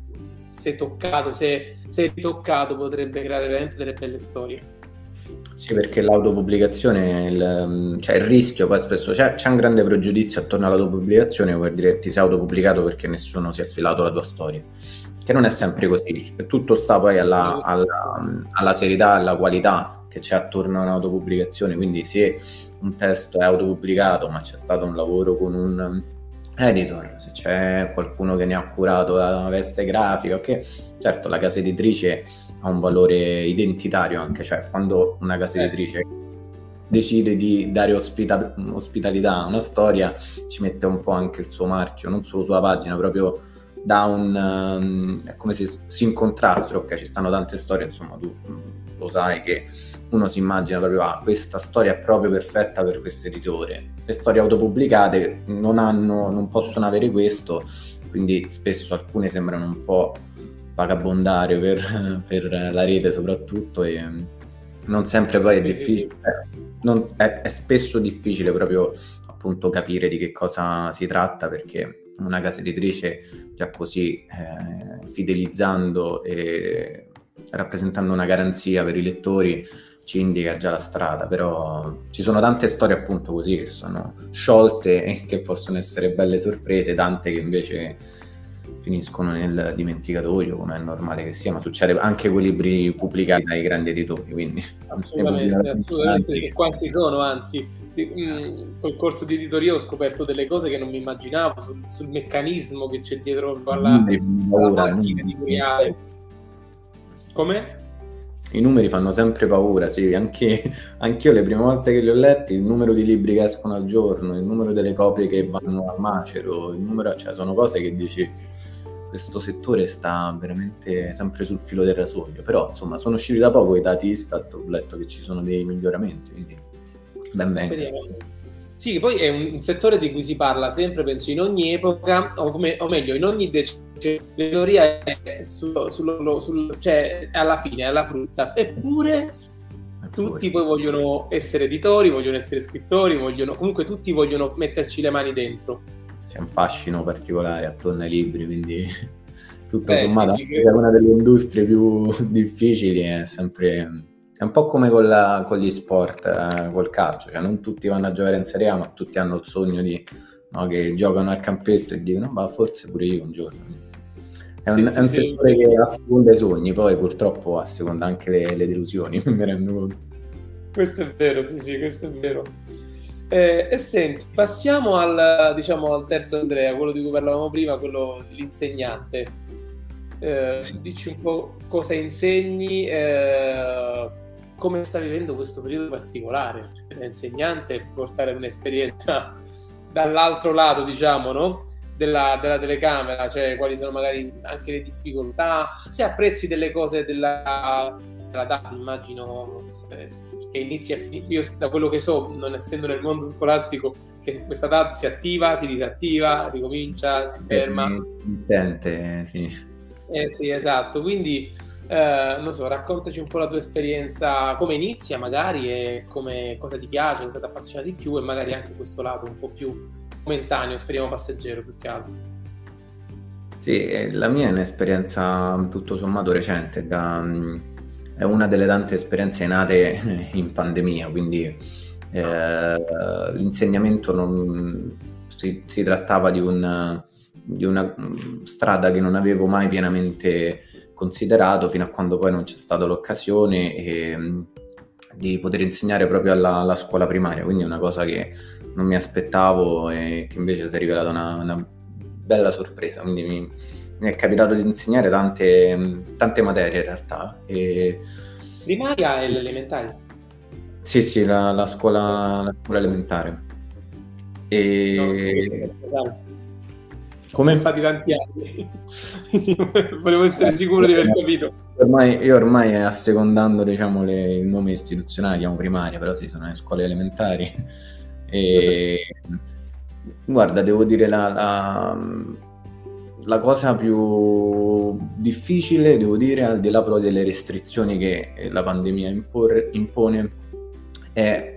se toccato, se, se ritoccato potrebbe creare veramente delle belle storie. Sì, perché l'autopubblicazione, il, cioè il rischio, poi spesso c'è, c'è un grande pregiudizio attorno all'autopubblicazione, vuol dire ti sei autopubblicato perché nessuno si è affilato la tua storia, che non è sempre così, tutto sta poi alla, alla, alla serietà, alla qualità che c'è attorno a un'autopubblicazione, quindi se un testo è autopubblicato ma c'è stato un lavoro con un editor, se c'è qualcuno che ne ha curato la veste grafica, ok, certo la casa editrice ha un valore identitario anche, cioè quando una casa editrice decide di dare ospita- ospitalità a una storia ci mette un po' anche il suo marchio, non solo sulla pagina, proprio da un um, è come se si incontrassero, ok, ci stanno tante storie, insomma tu lo sai che uno si immagina proprio ah, questa storia è proprio perfetta per questo editore. Le storie autopubblicate non hanno, non possono avere questo, quindi spesso alcune sembrano un po' vagabondare per, per la rete soprattutto, e non sempre poi è difficile, non, è, è spesso difficile proprio appunto capire di che cosa si tratta, perché una casa editrice già così eh, fidelizzando e rappresentando una garanzia per i lettori ci indica già la strada, però ci sono tante storie appunto così che sono sciolte e che possono essere belle sorprese, tante che invece finiscono nel dimenticatoio, come è normale che sia, ma succede anche con i libri pubblicati dai grandi editori, quindi assolutamente, assolutamente, che quanti sono, anzi mh, col corso di editoria ho scoperto delle cose che non mi immaginavo sul, sul meccanismo che c'è dietro alla, alla macchina editoriale. Come? I numeri fanno sempre paura, sì, anche anch'io le prime volte che li ho letti, il numero di libri che escono al giorno, il numero delle copie che vanno al macero, il numero, cioè sono cose che dici questo settore sta veramente sempre sul filo del rasoio, però insomma sono usciti da poco i dati Istat, ho letto che ci sono dei miglioramenti, quindi ben venga. Sì, poi è un settore di cui si parla sempre, penso, in ogni epoca, o, come, o meglio, in ogni decennio, l'editoria è sul, sul, sul, cioè alla fine, alla frutta, eppure tutti poi vogliono essere editori, vogliono essere scrittori, vogliono, comunque tutti vogliono metterci le mani dentro. C'è un fascino particolare attorno ai libri, quindi tutto Beh, sommato sì, sì, è una delle industrie più difficili, è sempre... È un po' come con, la, con gli sport, eh, col calcio, cioè non tutti vanno a giocare in Serie A, ma tutti hanno il sogno di, no, che giocano al campetto e dicono, ma forse pure io un giorno. È un, sì, è un sì, settore sì. che asseconda i sogni, poi purtroppo asseconda anche le, le delusioni, mi rendo conto. Questo è vero, sì, sì, questo è vero. Eh, e senti, passiamo al, diciamo, al terzo Andrea, quello di cui parlavamo prima, quello dell'insegnante. Eh, sì. Dici un po' cosa insegni, eh, come sta vivendo questo periodo particolare, perché da insegnante portare un'esperienza dall'altro lato, diciamo, no? Della, della telecamera, cioè quali sono magari anche le difficoltà, se apprezzi delle cose della, della data, immagino che inizi a finire. Io da quello che so, non essendo nel mondo scolastico, che questa data si attiva, si disattiva, ricomincia, si ferma. Intente, sì. Eh sì, esatto, quindi eh, non so, raccontaci un po' la tua esperienza, come inizia magari e come, cosa ti piace, cosa ti appassiona di più, e magari anche questo lato un po' più momentaneo, speriamo passeggero più che altro. Sì, la mia è un'esperienza tutto sommato recente, da, è una delle tante esperienze nate in pandemia, quindi eh, l'insegnamento non si, si trattava di un di una mh, strada che non avevo mai pienamente considerato, fino a quando poi non c'è stata l'occasione e, mh, di poter insegnare proprio alla, alla scuola primaria, quindi è una cosa che non mi aspettavo e che invece si è rivelata una, una bella sorpresa. Quindi mi, mi è capitato di insegnare tante, tante materie in realtà. E... Primaria e l'elementare? Sì, sì, la, la scuola, la scuola elementare. E... No, come? sono stati tanti anni. Volevo essere sicuro di aver capito. Ormai, io ormai assecondando, diciamo, le, il nome istituzionale chiamo primaria, però sì, sono le scuole elementari. E guarda, devo dire la, la, la cosa più difficile, devo dire, al di là però delle restrizioni che la pandemia imporre, impone, è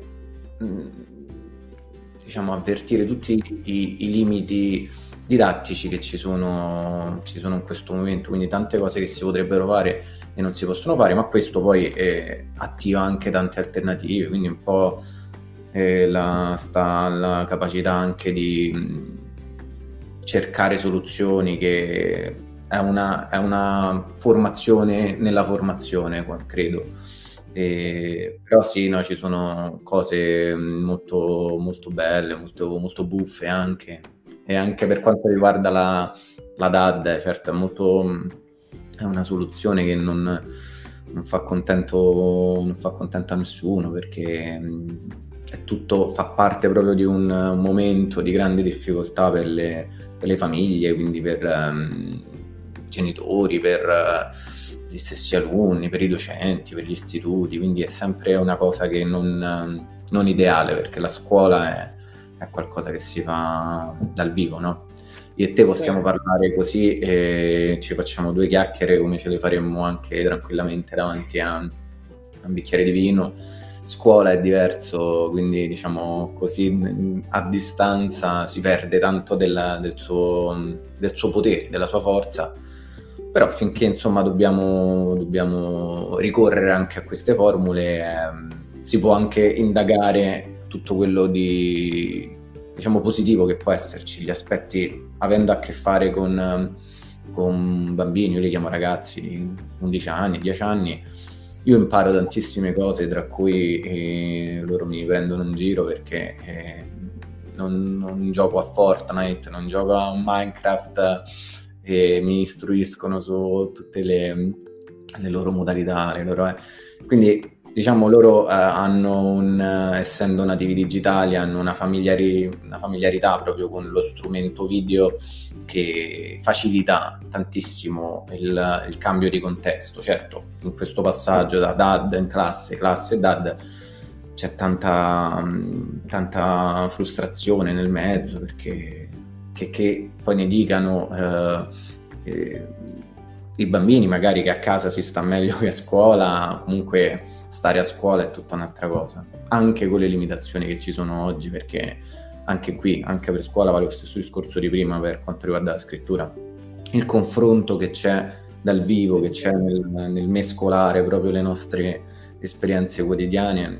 diciamo avvertire tutti i, i limiti didattici che ci sono, ci sono in questo momento, quindi tante cose che si potrebbero fare e non si possono fare, ma questo poi eh, attiva anche tante alternative, quindi un po' eh, la, sta la capacità anche di mh, cercare soluzioni, che è una, è una formazione nella formazione, credo. E, però sì, no, ci sono cose molto, molto belle, molto, molto buffe anche. E anche per quanto riguarda la, la D A D, certo, è molto è una soluzione che non, non fa contento non fa contento a nessuno, perché è tutto, fa parte proprio di un, un momento di grande difficoltà per le, per le famiglie, quindi per um, genitori, per uh, gli stessi alunni, per i docenti, per gli istituti, quindi è sempre una cosa che non, non ideale, perché la scuola è è qualcosa che si fa dal vivo, no? Io e te possiamo parlare così e ci facciamo due chiacchiere come ce le faremmo anche tranquillamente davanti a, a un bicchiere di vino. Scuola è diverso, quindi diciamo così a distanza si perde tanto della, del, suo, del suo potere, della sua forza, però finché insomma dobbiamo, dobbiamo ricorrere anche a queste formule, eh, si può anche indagare tutto quello di diciamo positivo che può esserci, gli aspetti, avendo a che fare con, con bambini, io li chiamo ragazzi di undici anni, dieci anni, io imparo tantissime cose, tra cui eh, loro mi prendono in giro perché eh, non, non gioco a Fortnite, non gioco a Minecraft e mi istruiscono su tutte le, le loro modalità, le loro, eh. Quindi diciamo loro eh, hanno un, eh, essendo nativi digitali, hanno una, familiari, una familiarità proprio con lo strumento video che facilita tantissimo il, il cambio di contesto. Certo, in questo passaggio da D A D in classe, classe D A D, c'è tanta, tanta frustrazione nel mezzo, perché che, che poi ne dicano eh, eh, i bambini magari che a casa si sta meglio che a scuola, comunque stare a scuola è tutta un'altra cosa, anche con le limitazioni che ci sono oggi, perché anche qui, anche per scuola vale lo stesso discorso di prima per quanto riguarda la scrittura, il confronto che c'è dal vivo, che c'è nel, nel mescolare proprio le nostre esperienze quotidiane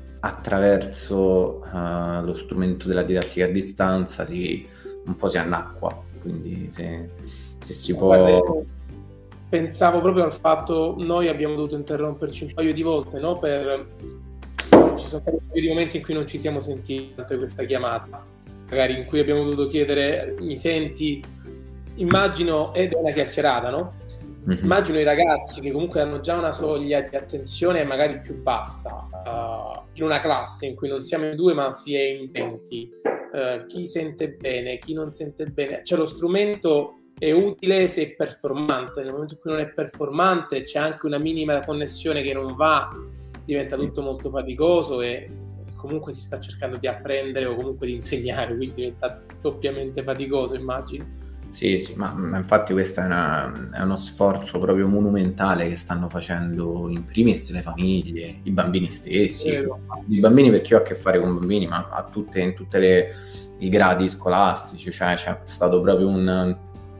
attraverso uh, lo strumento della didattica a distanza, si, un po' si annacqua, quindi se, se si può... Guarda, pensavo proprio al fatto, noi abbiamo dovuto interromperci un paio di volte, no? Per... ci sono stati un paio di momenti in cui non ci siamo sentiti durante questa chiamata, magari in cui abbiamo dovuto chiedere mi senti, immagino, ed è una chiacchierata, no? Mm-hmm. Immagino i ragazzi che comunque hanno già una soglia di attenzione magari più bassa, uh, in una classe in cui non siamo in due ma si è in venti, uh, chi sente bene, chi non sente bene, cioè lo strumento è utile se è performante, nel momento in cui non è performante c'è anche una minima connessione che non va, diventa tutto molto faticoso e comunque si sta cercando di apprendere o comunque di insegnare, quindi diventa doppiamente faticoso, immagino. Sì, sì, ma, ma infatti questo è, una, è uno sforzo proprio monumentale che stanno facendo in primis le famiglie, i bambini stessi, eh. i bambini, perché io ho a che fare con bambini, ma a tutte, in tutti i gradi scolastici, cioè c'è stato proprio un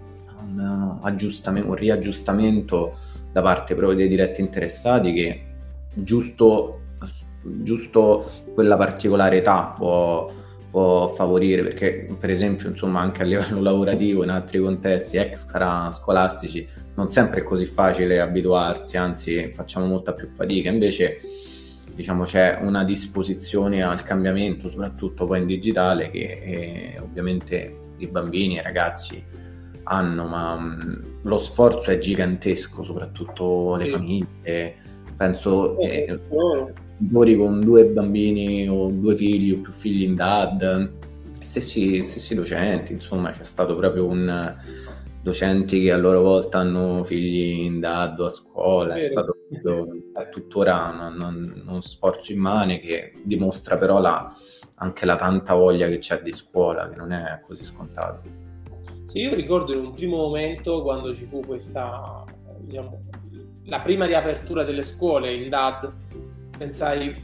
un aggiustamento, un riaggiustamento da parte proprio dei diretti interessati, che giusto, giusto quella particolare età può, può favorire, perché per esempio insomma anche a livello lavorativo in altri contesti extra scolastici non sempre è così facile abituarsi, anzi facciamo molta più fatica. Invece diciamo c'è una disposizione al cambiamento, soprattutto poi in digitale, che eh, ovviamente i bambini e i ragazzi hanno, ma mh, lo sforzo è gigantesco, soprattutto le Sì. famiglie. Penso Eh, eh, loro. genitori con due bambini o due figli o più figli in D A D, stessi, stessi docenti, insomma c'è stato proprio un docenti che a loro volta hanno figli in D A D o a scuola, è Vero. stato è tuttora un, un- uno sforzo immane che dimostra però la, anche la tanta voglia che c'è di scuola, che non è così scontato. Sì, io ricordo in un primo momento quando ci fu questa, diciamo, la prima riapertura delle scuole in D A D, pensai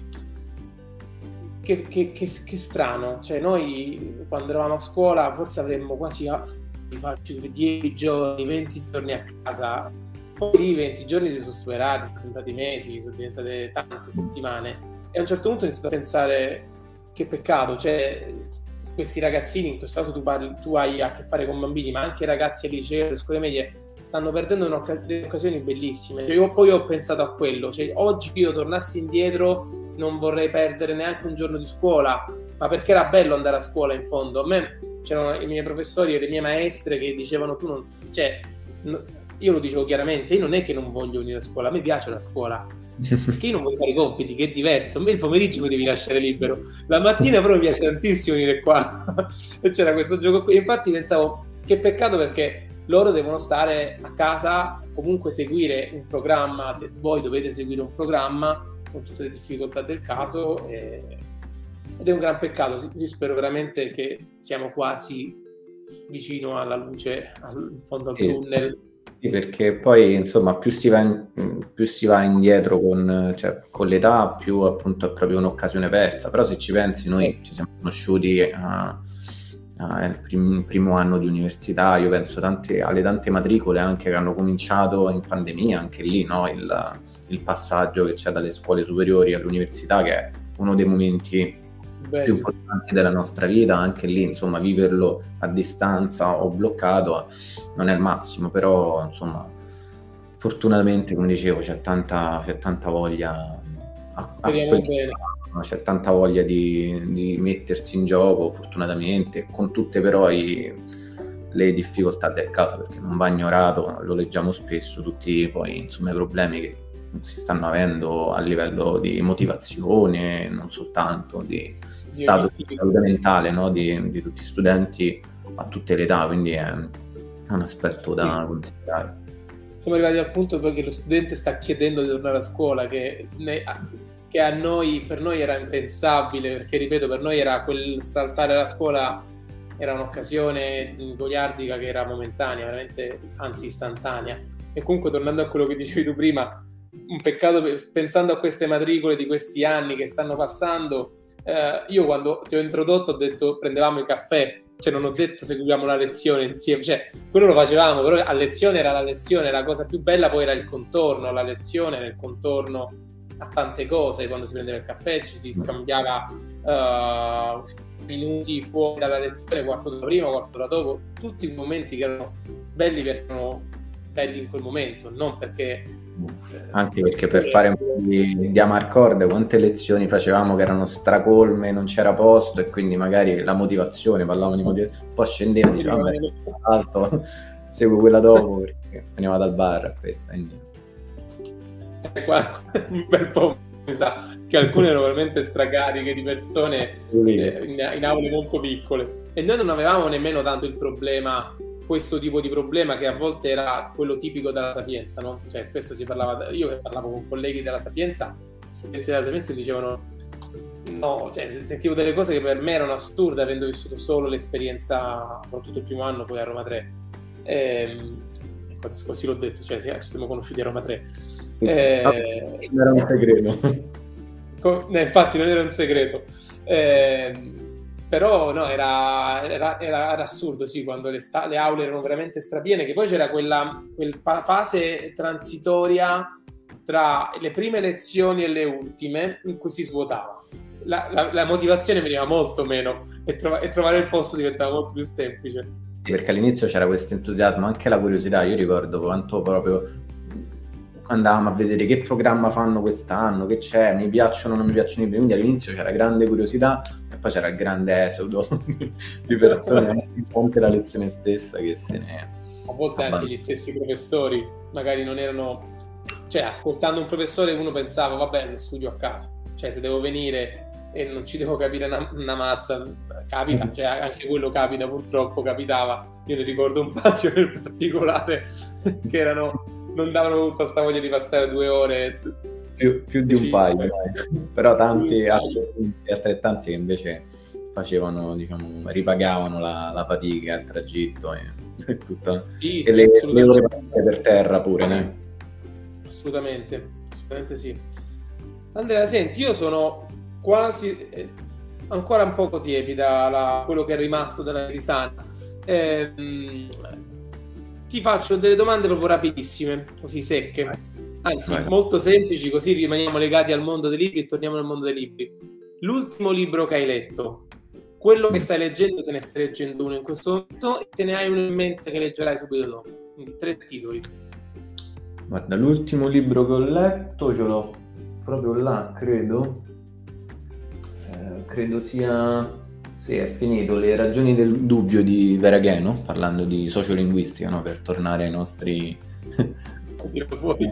che, che- che- che strano, cioè noi quando eravamo a scuola forse avremmo quasi a- di farci dieci giorni, venti giorni a casa, poi lì venti giorni si sono superati, sono diventati mesi, sono diventate tante settimane e a un certo punto ho iniziato a pensare che peccato, cioè questi ragazzini, in questo caso tu, parli, tu hai a che fare con bambini, ma anche i ragazzi al liceo, alle scuole medie, stanno perdendo delle occasioni bellissime. Cioè, io poi ho pensato a quello, cioè oggi io tornassi indietro non vorrei perdere neanche un giorno di scuola, ma perché era bello andare a scuola in fondo. A me c'erano i miei professori e le mie maestre che dicevano tu non... cioè, no, io lo dicevo chiaramente, io non è che non voglio venire a scuola, a me piace la scuola, perché io non voglio fare i compiti, che è diverso. A me il pomeriggio mi devi lasciare libero, la mattina però mi piace tantissimo venire qua e c'era questo gioco qui. Infatti pensavo che peccato, perché loro devono stare a casa, comunque seguire un programma, voi dovete seguire un programma con tutte le difficoltà del caso e... ed è un gran peccato. Io spero veramente che siamo quasi vicino alla luce, al, in fondo al Sì, tunnel. sì, perché poi insomma più si va, in- più si va indietro con, cioè, con l'età, più appunto è proprio un'occasione persa. Però se ci pensi, noi ci siamo conosciuti a, a- il prim- primo anno di università, io penso tante, alle tante matricole anche che hanno cominciato in pandemia, anche lì no? il, il passaggio che c'è dalle scuole superiori all'università, che è uno dei momenti Bello. più importanti della nostra vita. Anche lì insomma viverlo a distanza o bloccato non è il massimo, però insomma fortunatamente, come dicevo, c'è tanta, c'è tanta voglia a, a quel- c'è tanta voglia di, di mettersi in gioco, fortunatamente, con tutte però i, le difficoltà del caso, perché non va ignorato, lo leggiamo spesso, tutti poi insomma i problemi che si stanno avendo a livello di motivazione, non soltanto di stato di salute mentale, no? di, di tutti gli studenti a tutte le età, quindi è un aspetto da Sì. considerare. Siamo arrivati al punto poi che lo studente sta chiedendo di tornare a scuola, che, ne, che a noi, per noi era impensabile, perché ripeto, per noi era quel saltare la scuola era un'occasione goliardica che era momentanea, veramente, anzi istantanea. E comunque, tornando a quello che dicevi tu prima, un peccato, pensando a queste matricole di questi anni che stanno passando, eh, io quando ti ho introdotto ho detto prendevamo il caffè, cioè non ho detto seguiamo la lezione insieme, cioè quello lo facevamo, però a lezione era la lezione, la cosa più bella poi era il contorno, la lezione era il contorno a tante cose, quando si prendeva il caffè ci si scambiava uh, minuti fuori dalla lezione, quarto d'ora prima, quarto d'ora dopo, tutti i momenti che erano belli perché erano belli in quel momento, non perché anche perché per fare un po' di, di amarcord, quante lezioni facevamo che erano stracolme, non c'era posto, e quindi magari la motivazione, parlavamo di motivazione, un po' scendeva e diceva vabbè, alto, seguo quella dopo perché veniva dal bar a questa, quindi... Qua, un bel po' mi sa che alcune erano veramente stracariche di persone eh, in, in aule molto piccole, e noi non avevamo nemmeno tanto il problema, questo tipo di problema che a volte era quello tipico della Sapienza, no? Cioè spesso si parlava, io che parlavo con colleghi della Sapienza, studenti della Sapienza dicevano no, cioè sentivo delle cose che per me erano assurde avendo vissuto solo l'esperienza, soprattutto il primo anno poi a Roma tre, ehm, così l'ho detto, cioè ci siamo conosciuti a Roma tre. Eh, non era un segreto. Co- no, infatti non era un segreto. Eh, però no, era, era, era, era assurdo, sì, quando le, sta- le aule erano veramente strapiene, che poi c'era quella, quella fase transitoria tra le prime lezioni e le ultime in cui si svuotava. la, la, la motivazione veniva molto meno e, trova, e trovare il posto diventava molto più semplice. Sì, perché all'inizio c'era questo entusiasmo, anche la curiosità. Io ricordo quanto proprio andavamo a vedere che programma fanno quest'anno, che c'è, mi piacciono o non mi piacciono i primi, quindi all'inizio c'era grande curiosità e poi c'era il grande esodo di persone, anche la lezione stessa che se ne... A volte anche gli stessi professori magari non erano... Cioè, ascoltando un professore uno pensava, vabbè, lo studio a casa. Cioè, se devo venire e non ci devo capire una, una mazza, capita. Cioè, anche quello capita, purtroppo capitava. Io ne ricordo un paio nel particolare che erano... non davano tanta voglia di passare due ore. Più, più di un paio, dai. Però tanti altrettanti che invece facevano, diciamo, ripagavano la, la fatica, il tragitto e, e tutto. Sì, e le, le ore passate per terra pure, né? Assolutamente, assolutamente sì. Andrea, senti, io sono quasi eh, ancora un poco tiepida la, quello che è rimasto della Grisana. Eh, ti faccio delle domande proprio rapidissime, così secche, anzi Vai. molto semplici, così rimaniamo legati al mondo dei libri e torniamo al mondo dei libri. L'ultimo libro che hai letto, quello che stai leggendo, te ne stai leggendo uno in questo momento e te ne hai uno in mente che leggerai subito dopo. Quindi tre titoli. Guarda, l'ultimo libro che ho letto ce l'ho proprio là, credo. Eh, credo sia... Sì, è finito Le ragioni del dubbio di Veragheno, parlando di sociolinguistica, no? Per tornare ai nostri... fuori.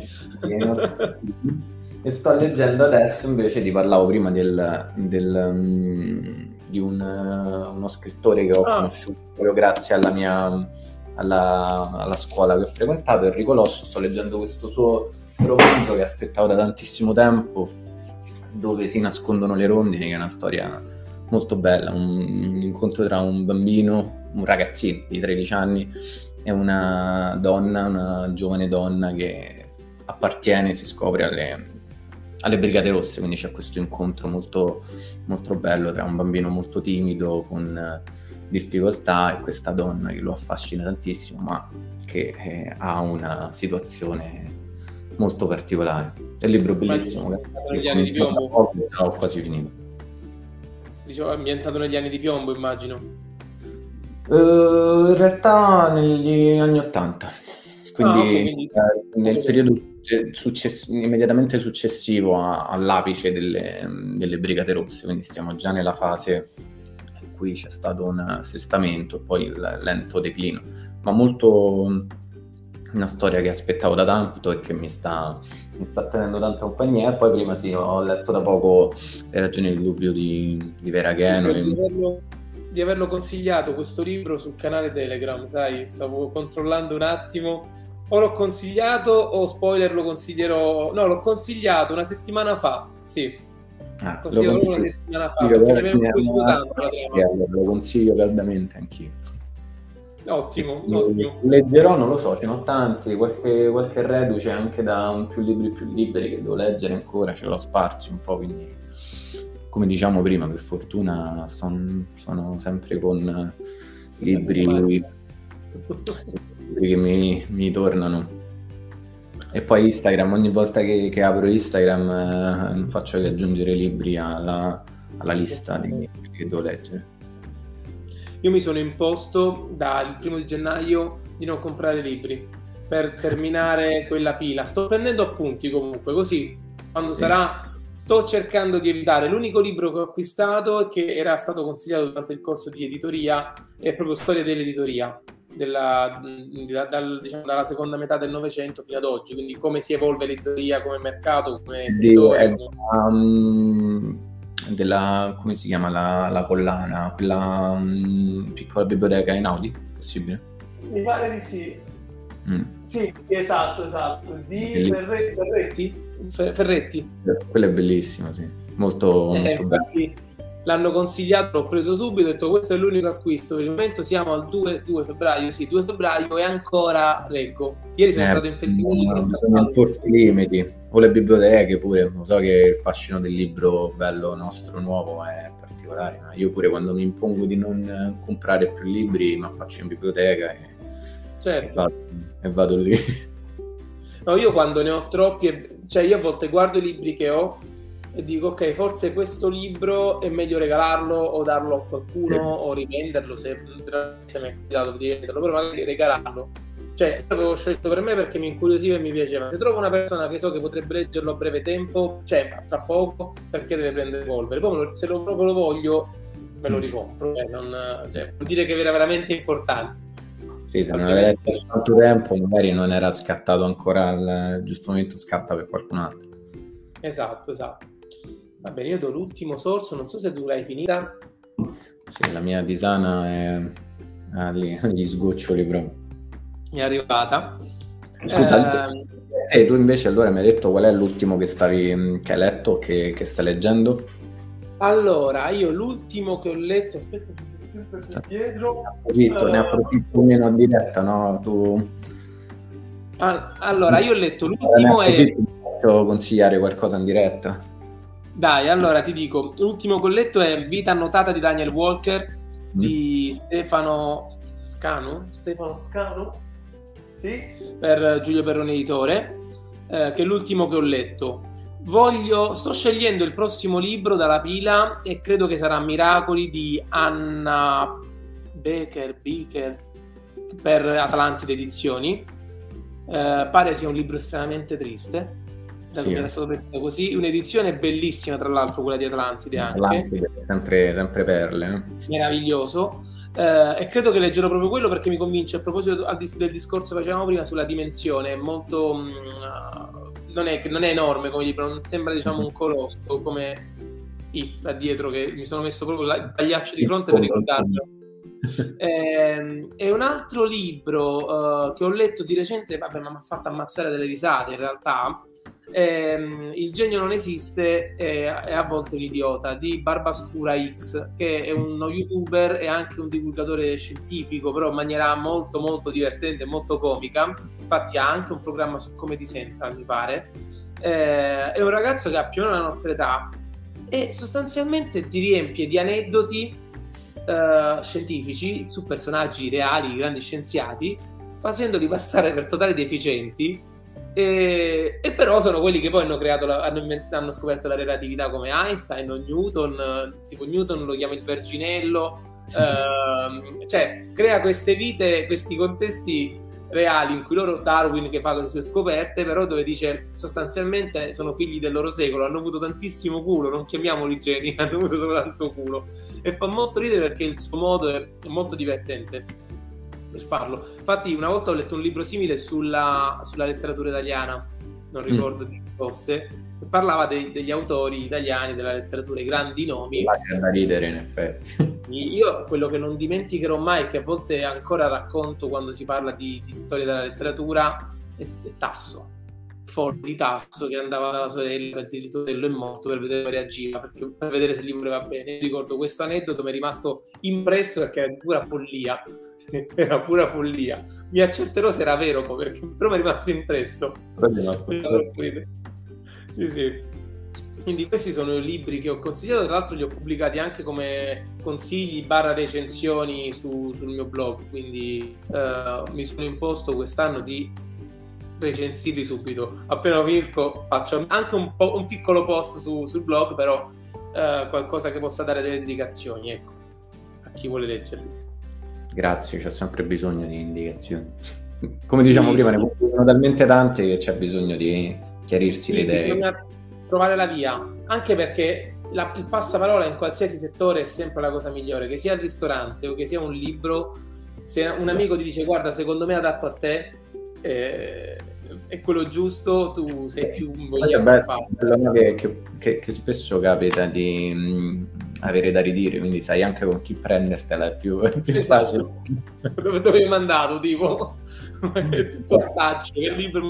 E sto leggendo adesso, invece ti parlavo prima del, del, um, di un, uh, uno scrittore che ho ah. conosciuto proprio grazie alla mia... Alla, alla scuola che ho frequentato, Enrico Losso. Sto leggendo questo suo romanzo che aspettavo da tantissimo tempo, Dove si nascondono le rondini, che è una storia molto bella, un, un incontro tra un bambino, un ragazzino di tredici anni e una donna, una giovane donna che appartiene, si scopre alle, alle Brigate Rosse, quindi c'è questo incontro molto, molto bello tra un bambino molto timido con difficoltà e questa donna che lo affascina tantissimo, ma che eh, ha una situazione molto particolare. È un libro bellissimo. Negli anni di piombo. Ho quasi finito. Dicevo, ambientato negli anni di piombo, immagino. Uh, in realtà negli anni Ottanta, quindi, ah, okay, quindi... Eh, nel periodo success- immediatamente successivo a- all'apice delle, delle Brigate Rosse, quindi stiamo già nella fase cui c'è stato un assestamento e poi il lento declino, ma molto una storia che aspettavo da tanto e che mi sta, mi sta tenendo tanta compagnia. E poi prima sì, ho letto da poco Le ragioni del dubbio di, di Veragheno. Di averlo, di averlo consigliato questo libro sul canale Telegram, sai, stavo controllando un attimo, o l'ho consigliato o spoiler lo consiglierò, no, l'ho consigliato una settimana fa, sì. Ah, lo, consiglio, una settimana fa, io, lo, tanto, lo consiglio caldamente anch'io. Ottimo, e, ottimo. Leggerò, non lo so, ce n'ho tanti, qualche, qualche reduce anche da un più libri più liberi che devo leggere ancora, ce l'ho sparsi un po', quindi come diciamo prima, per fortuna son, sono sempre con libri, libri che mi, mi tornano. E poi Instagram, ogni volta che, che apro Instagram eh, non faccio che aggiungere libri alla, alla lista di libri che devo leggere. Io mi sono imposto dal primo di gennaio di non comprare libri per terminare quella pila. Sto prendendo appunti comunque, così quando sì. sarà... Sto cercando di evitare. L'unico libro che ho acquistato e che era stato consigliato durante il corso di editoria è proprio Storia dell'editoria. Della, da, dal, diciamo, dalla seconda metà del Novecento fino ad oggi, quindi come si evolve l'editoria come mercato, come settore. Di, um, della, come si chiama la, la collana, quella um, piccola biblioteca in Audi, possibile? Mi pare di sì. Mm. Sì, esatto, esatto. Di Ferre, Ferretti? Ferretti. Quello è bellissimo, sì. Molto, eh, molto bello. L'hanno consigliato, l'ho preso subito, ho detto questo è l'unico acquisto. Per il momento siamo al due febbraio, sì, due febbraio e ancora reggo. Ieri sono eh, entrato in festival. Sono forse i limiti, o le biblioteche pure. Lo so che il fascino del libro bello nostro nuovo è particolare, ma io pure quando mi impongo di non comprare più libri mi affaccio in biblioteca e, certo. e, vado, e vado lì. No, io quando ne ho troppi, cioè io a volte guardo i libri che ho e dico ok, forse questo libro è meglio regalarlo o darlo a qualcuno o rivenderlo se veramente mi è capitato di venderlo, però magari regalarlo. Cioè, l'avevo scelto per me perché mi incuriosiva e mi piaceva. Se trovo una persona che so che potrebbe leggerlo a breve tempo, cioè tra poco, perché deve prendere polvere? Poi se lo, proprio lo voglio, me lo ricompro. Eh, non, cioè, vuol dire che era veramente importante. Sì, se non aveva letto per tanto tempo, magari non era scattato ancora al giusto momento, scatta per qualcun altro. Esatto, esatto. Va bene, io do l'ultimo sorso, non so se tu l'hai finita. Sì, la mia tisana è agli sgoccioli proprio. Mi è arrivata. Scusa, eh, e tu invece allora mi hai detto qual è l'ultimo che stavi che hai letto, che, che stai leggendo? Allora, io l'ultimo che ho letto, aspetta, dietro. Approfitto, uh, ne approfitto meno in diretta, no? Tu... Allora, io ho letto l'ultimo e... Posso consigliare qualcosa in diretta? Dai, allora ti dico, l'ultimo che ho letto è Vita annotata di Daniel Walker, mm. di Stefano Scanu, Stefano Scanu? Sì, per Giulio Perrone Editore, eh, che è l'ultimo che ho letto. Voglio, sto scegliendo il prossimo libro dalla pila e credo che sarà Miracoli di Anna Becker, Becker per Atlantide Edizioni. Eh, pare sia un libro estremamente triste, da sì, come era stato pensato così. Un'edizione bellissima, tra l'altro, quella di Atlantide anche. Atlantide, sempre, sempre perle. Eh? Meraviglioso. Uh, e credo che leggerò proprio quello perché mi convince, a proposito del discorso che facevamo prima sulla dimensione, molto uh, non, è, non è enorme come libro, non sembra diciamo un colosso come It là dietro, che mi sono messo proprio il pagliaccio di fronte per ricordarlo. eh, è un altro libro uh, che ho letto di recente, vabbè, ma mi ha fatto ammazzare delle risate in realtà. Eh, Il genio non esiste, è, è a volte un idiota, di Barbascura X, che è uno youtuber e anche un divulgatore scientifico, però in maniera molto molto divertente, molto comica. Infatti ha anche un programma su Comedy Central, mi pare. Eh, è un ragazzo che ha più o meno la nostra età e sostanzialmente ti riempie di aneddoti eh, scientifici su personaggi reali, grandi scienziati, facendoli passare per totali deficienti. E, e però sono quelli che poi hanno creato la, hanno, hanno scoperto la relatività, come Einstein o Newton. Tipo Newton lo chiama il verginello, eh, cioè crea queste vite, questi contesti reali in cui loro, Darwin che fa le sue scoperte, però dove dice sostanzialmente sono figli del loro secolo, hanno avuto tantissimo culo, non chiamiamoli geni, hanno avuto solo tanto culo, e fa molto ridere perché il suo modo è molto divertente per farlo. Infatti una volta ho letto un libro simile sulla, sulla letteratura italiana, non ricordo mm. di chi fosse, che parlava dei, degli autori italiani della letteratura, i grandi nomi. C'è da ridere in effetti. Io quello che non dimenticherò mai, che a volte ancora racconto quando si parla di, di storia della letteratura, è, è Tasso. Forte di Tasso che andava dalla sorella perché il fratello è morto, per vedere come reagiva, perché, per vedere se il libro va bene. Io ricordo questo aneddoto, mi è rimasto impresso perché era pura follia. Era pura follia. Mi accerterò se era vero, perché però mi è rimasto impresso. È rimasto impresso. Sì, sì. Quindi questi sono i libri che ho consigliato, tra l'altro li ho pubblicati anche come consigli barra recensioni su, sul mio blog, quindi uh, mi sono imposto quest'anno di recensirli subito. Appena finisco faccio anche un, po', un piccolo post su, sul blog, però uh, qualcosa che possa dare delle indicazioni, ecco, a chi vuole leggerli. Grazie, c'è sempre bisogno di indicazioni. Come diciamo sì, prima, sì. Ne sono talmente tante che c'è bisogno di chiarirsi sì, le idee. Bisogna trovare la via, anche perché la, il passaparola in qualsiasi settore è sempre la cosa migliore, che sia al ristorante o che sia un libro. Se un amico ti dice guarda, secondo me è adatto a te, eh, è quello giusto, tu sei più voglioso a farlo. Che, che, che, che spesso capita di mh, avere da ridire, quindi sai anche con chi prendertela è più, è più esatto. Facile. Dove, dove hai mandato, tipo? Che postaccio, che libro.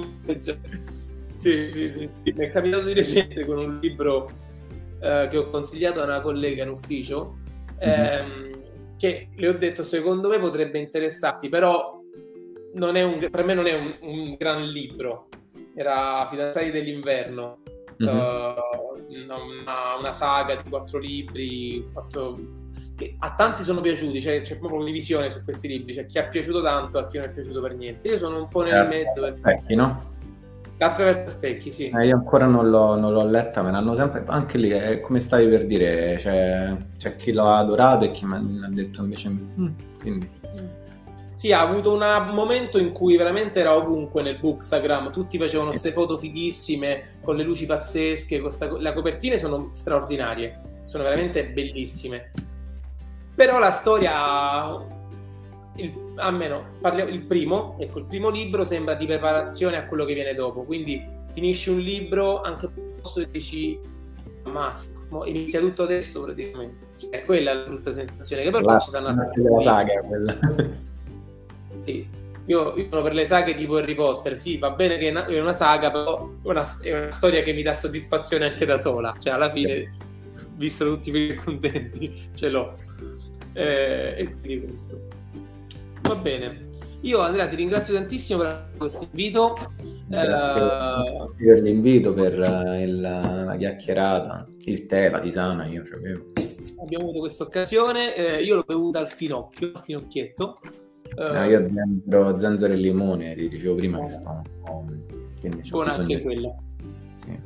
Sì, sì, sì, sì. Mi è capitato di recente con un libro eh, che ho consigliato a una collega in ufficio, ehm, mm-hmm. che le ho detto secondo me potrebbe interessarti, però non è un, per me non è un, un gran libro. Era Fidanzati dell'inverno, mm-hmm. uh, una, una saga di quattro libri, quattro, che a tanti sono piaciuti, cioè, c'è proprio una divisione su questi libri, c'è chi è piaciuto tanto e chi non è piaciuto per niente. Io sono un po' nel mezzo. Vecchi, no? Attraverso specchi, sì. Eh, io ancora non l'ho, non l'ho letta, me l'hanno sempre... Anche lì, è come stavi per dire, c'è, c'è chi l'ha adorato e chi mi ha detto invece... Mm, quindi... Sì, ha avuto un momento in cui veramente era ovunque nel Bookstagram, tutti facevano queste foto fighissime, con le luci pazzesche, con sta... le copertine sono straordinarie, sono veramente sì. bellissime. Però la storia... Il, almeno parliamo, il primo, ecco, il primo libro sembra di preparazione a quello che viene dopo, quindi finisci un libro anche posto e dici ammazza, inizia tutto adesso praticamente, cioè, quella è la brutta sensazione, che però la, ci stanno la saga quella. Sì. Io, io sono per le saghe tipo Harry Potter, sì, va bene che è una, è una saga, però è una, è una storia che mi dà soddisfazione anche da sola, cioè alla fine, visto tutti i contenti, ce l'ho, eh, e quindi questo. Va bene, io Andrea ti ringrazio tantissimo per questo invito. Grazie uh, per l'invito, per uh, il, la chiacchierata, il tè, la tisana, io ci avevo. Abbiamo avuto questa occasione, eh, io l'ho bevuta al finocchio, al finocchietto. Uh, no, io dentro zenzero e limone, ti dicevo prima che sto un po'... Buona anche quella. Sì.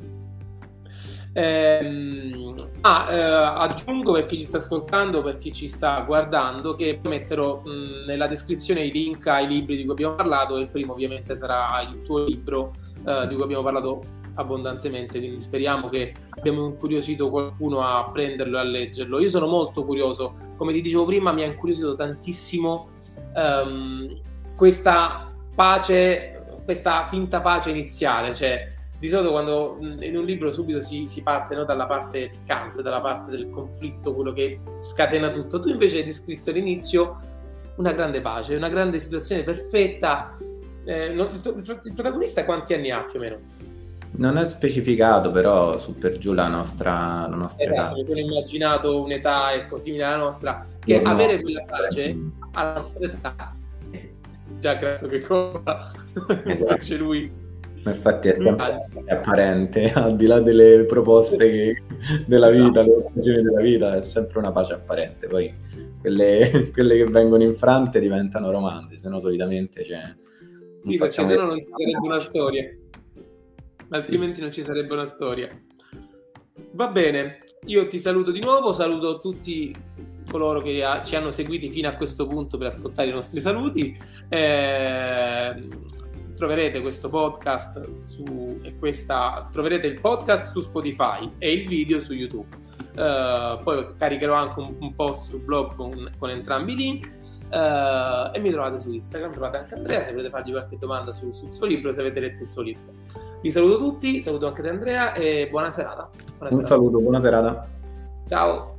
Eh, ah, eh, aggiungo per chi ci sta ascoltando, per chi ci sta guardando, che metterò mh, nella descrizione i link ai libri di cui abbiamo parlato. Il primo ovviamente sarà il tuo libro, eh, di cui abbiamo parlato abbondantemente, quindi speriamo che abbiamo incuriosito qualcuno a prenderlo e a leggerlo. Io sono molto curioso, come ti dicevo prima, mi ha incuriosito tantissimo um, questa pace, questa finta pace iniziale, cioè di solito quando in un libro subito si, si parte, no, dalla parte piccante, dalla parte del conflitto, quello che scatena tutto. Tu invece hai descritto all'inizio una grande pace, una grande situazione perfetta. Eh, no, il, il protagonista quanti anni ha più o meno? Non è specificato, però su per giù la nostra, la nostra esatto, età. Ho immaginato un'età ecco, simile alla nostra, che no, avere quella pace no. alla nostra età, già grazie che cosa, esatto. C'è lui. Infatti è sempre è apparente, al di là delle proposte che, della vita, esatto. Le occasioni della vita, è sempre una pace apparente. Poi quelle, quelle che vengono infrante diventano romanzi, se no solitamente c'è... Sì, perché se no non ci sarebbe una storia. Altrimenti sì. Non ci sarebbe una storia. Va bene, io ti saluto di nuovo, saluto tutti coloro che ha, ci hanno seguiti fino a questo punto per ascoltare i nostri saluti. Eh, troverete questo podcast su e questa troverete il podcast su Spotify e il video su YouTube. Uh, poi caricherò anche un, un post sul blog con, con entrambi i link. Uh, e mi trovate su Instagram, trovate anche Andrea se volete fargli qualche domanda sul, sul suo libro, se avete letto il suo libro. Vi saluto tutti, saluto anche te Andrea e buona serata. Buona un serata. saluto, buona serata. Ciao.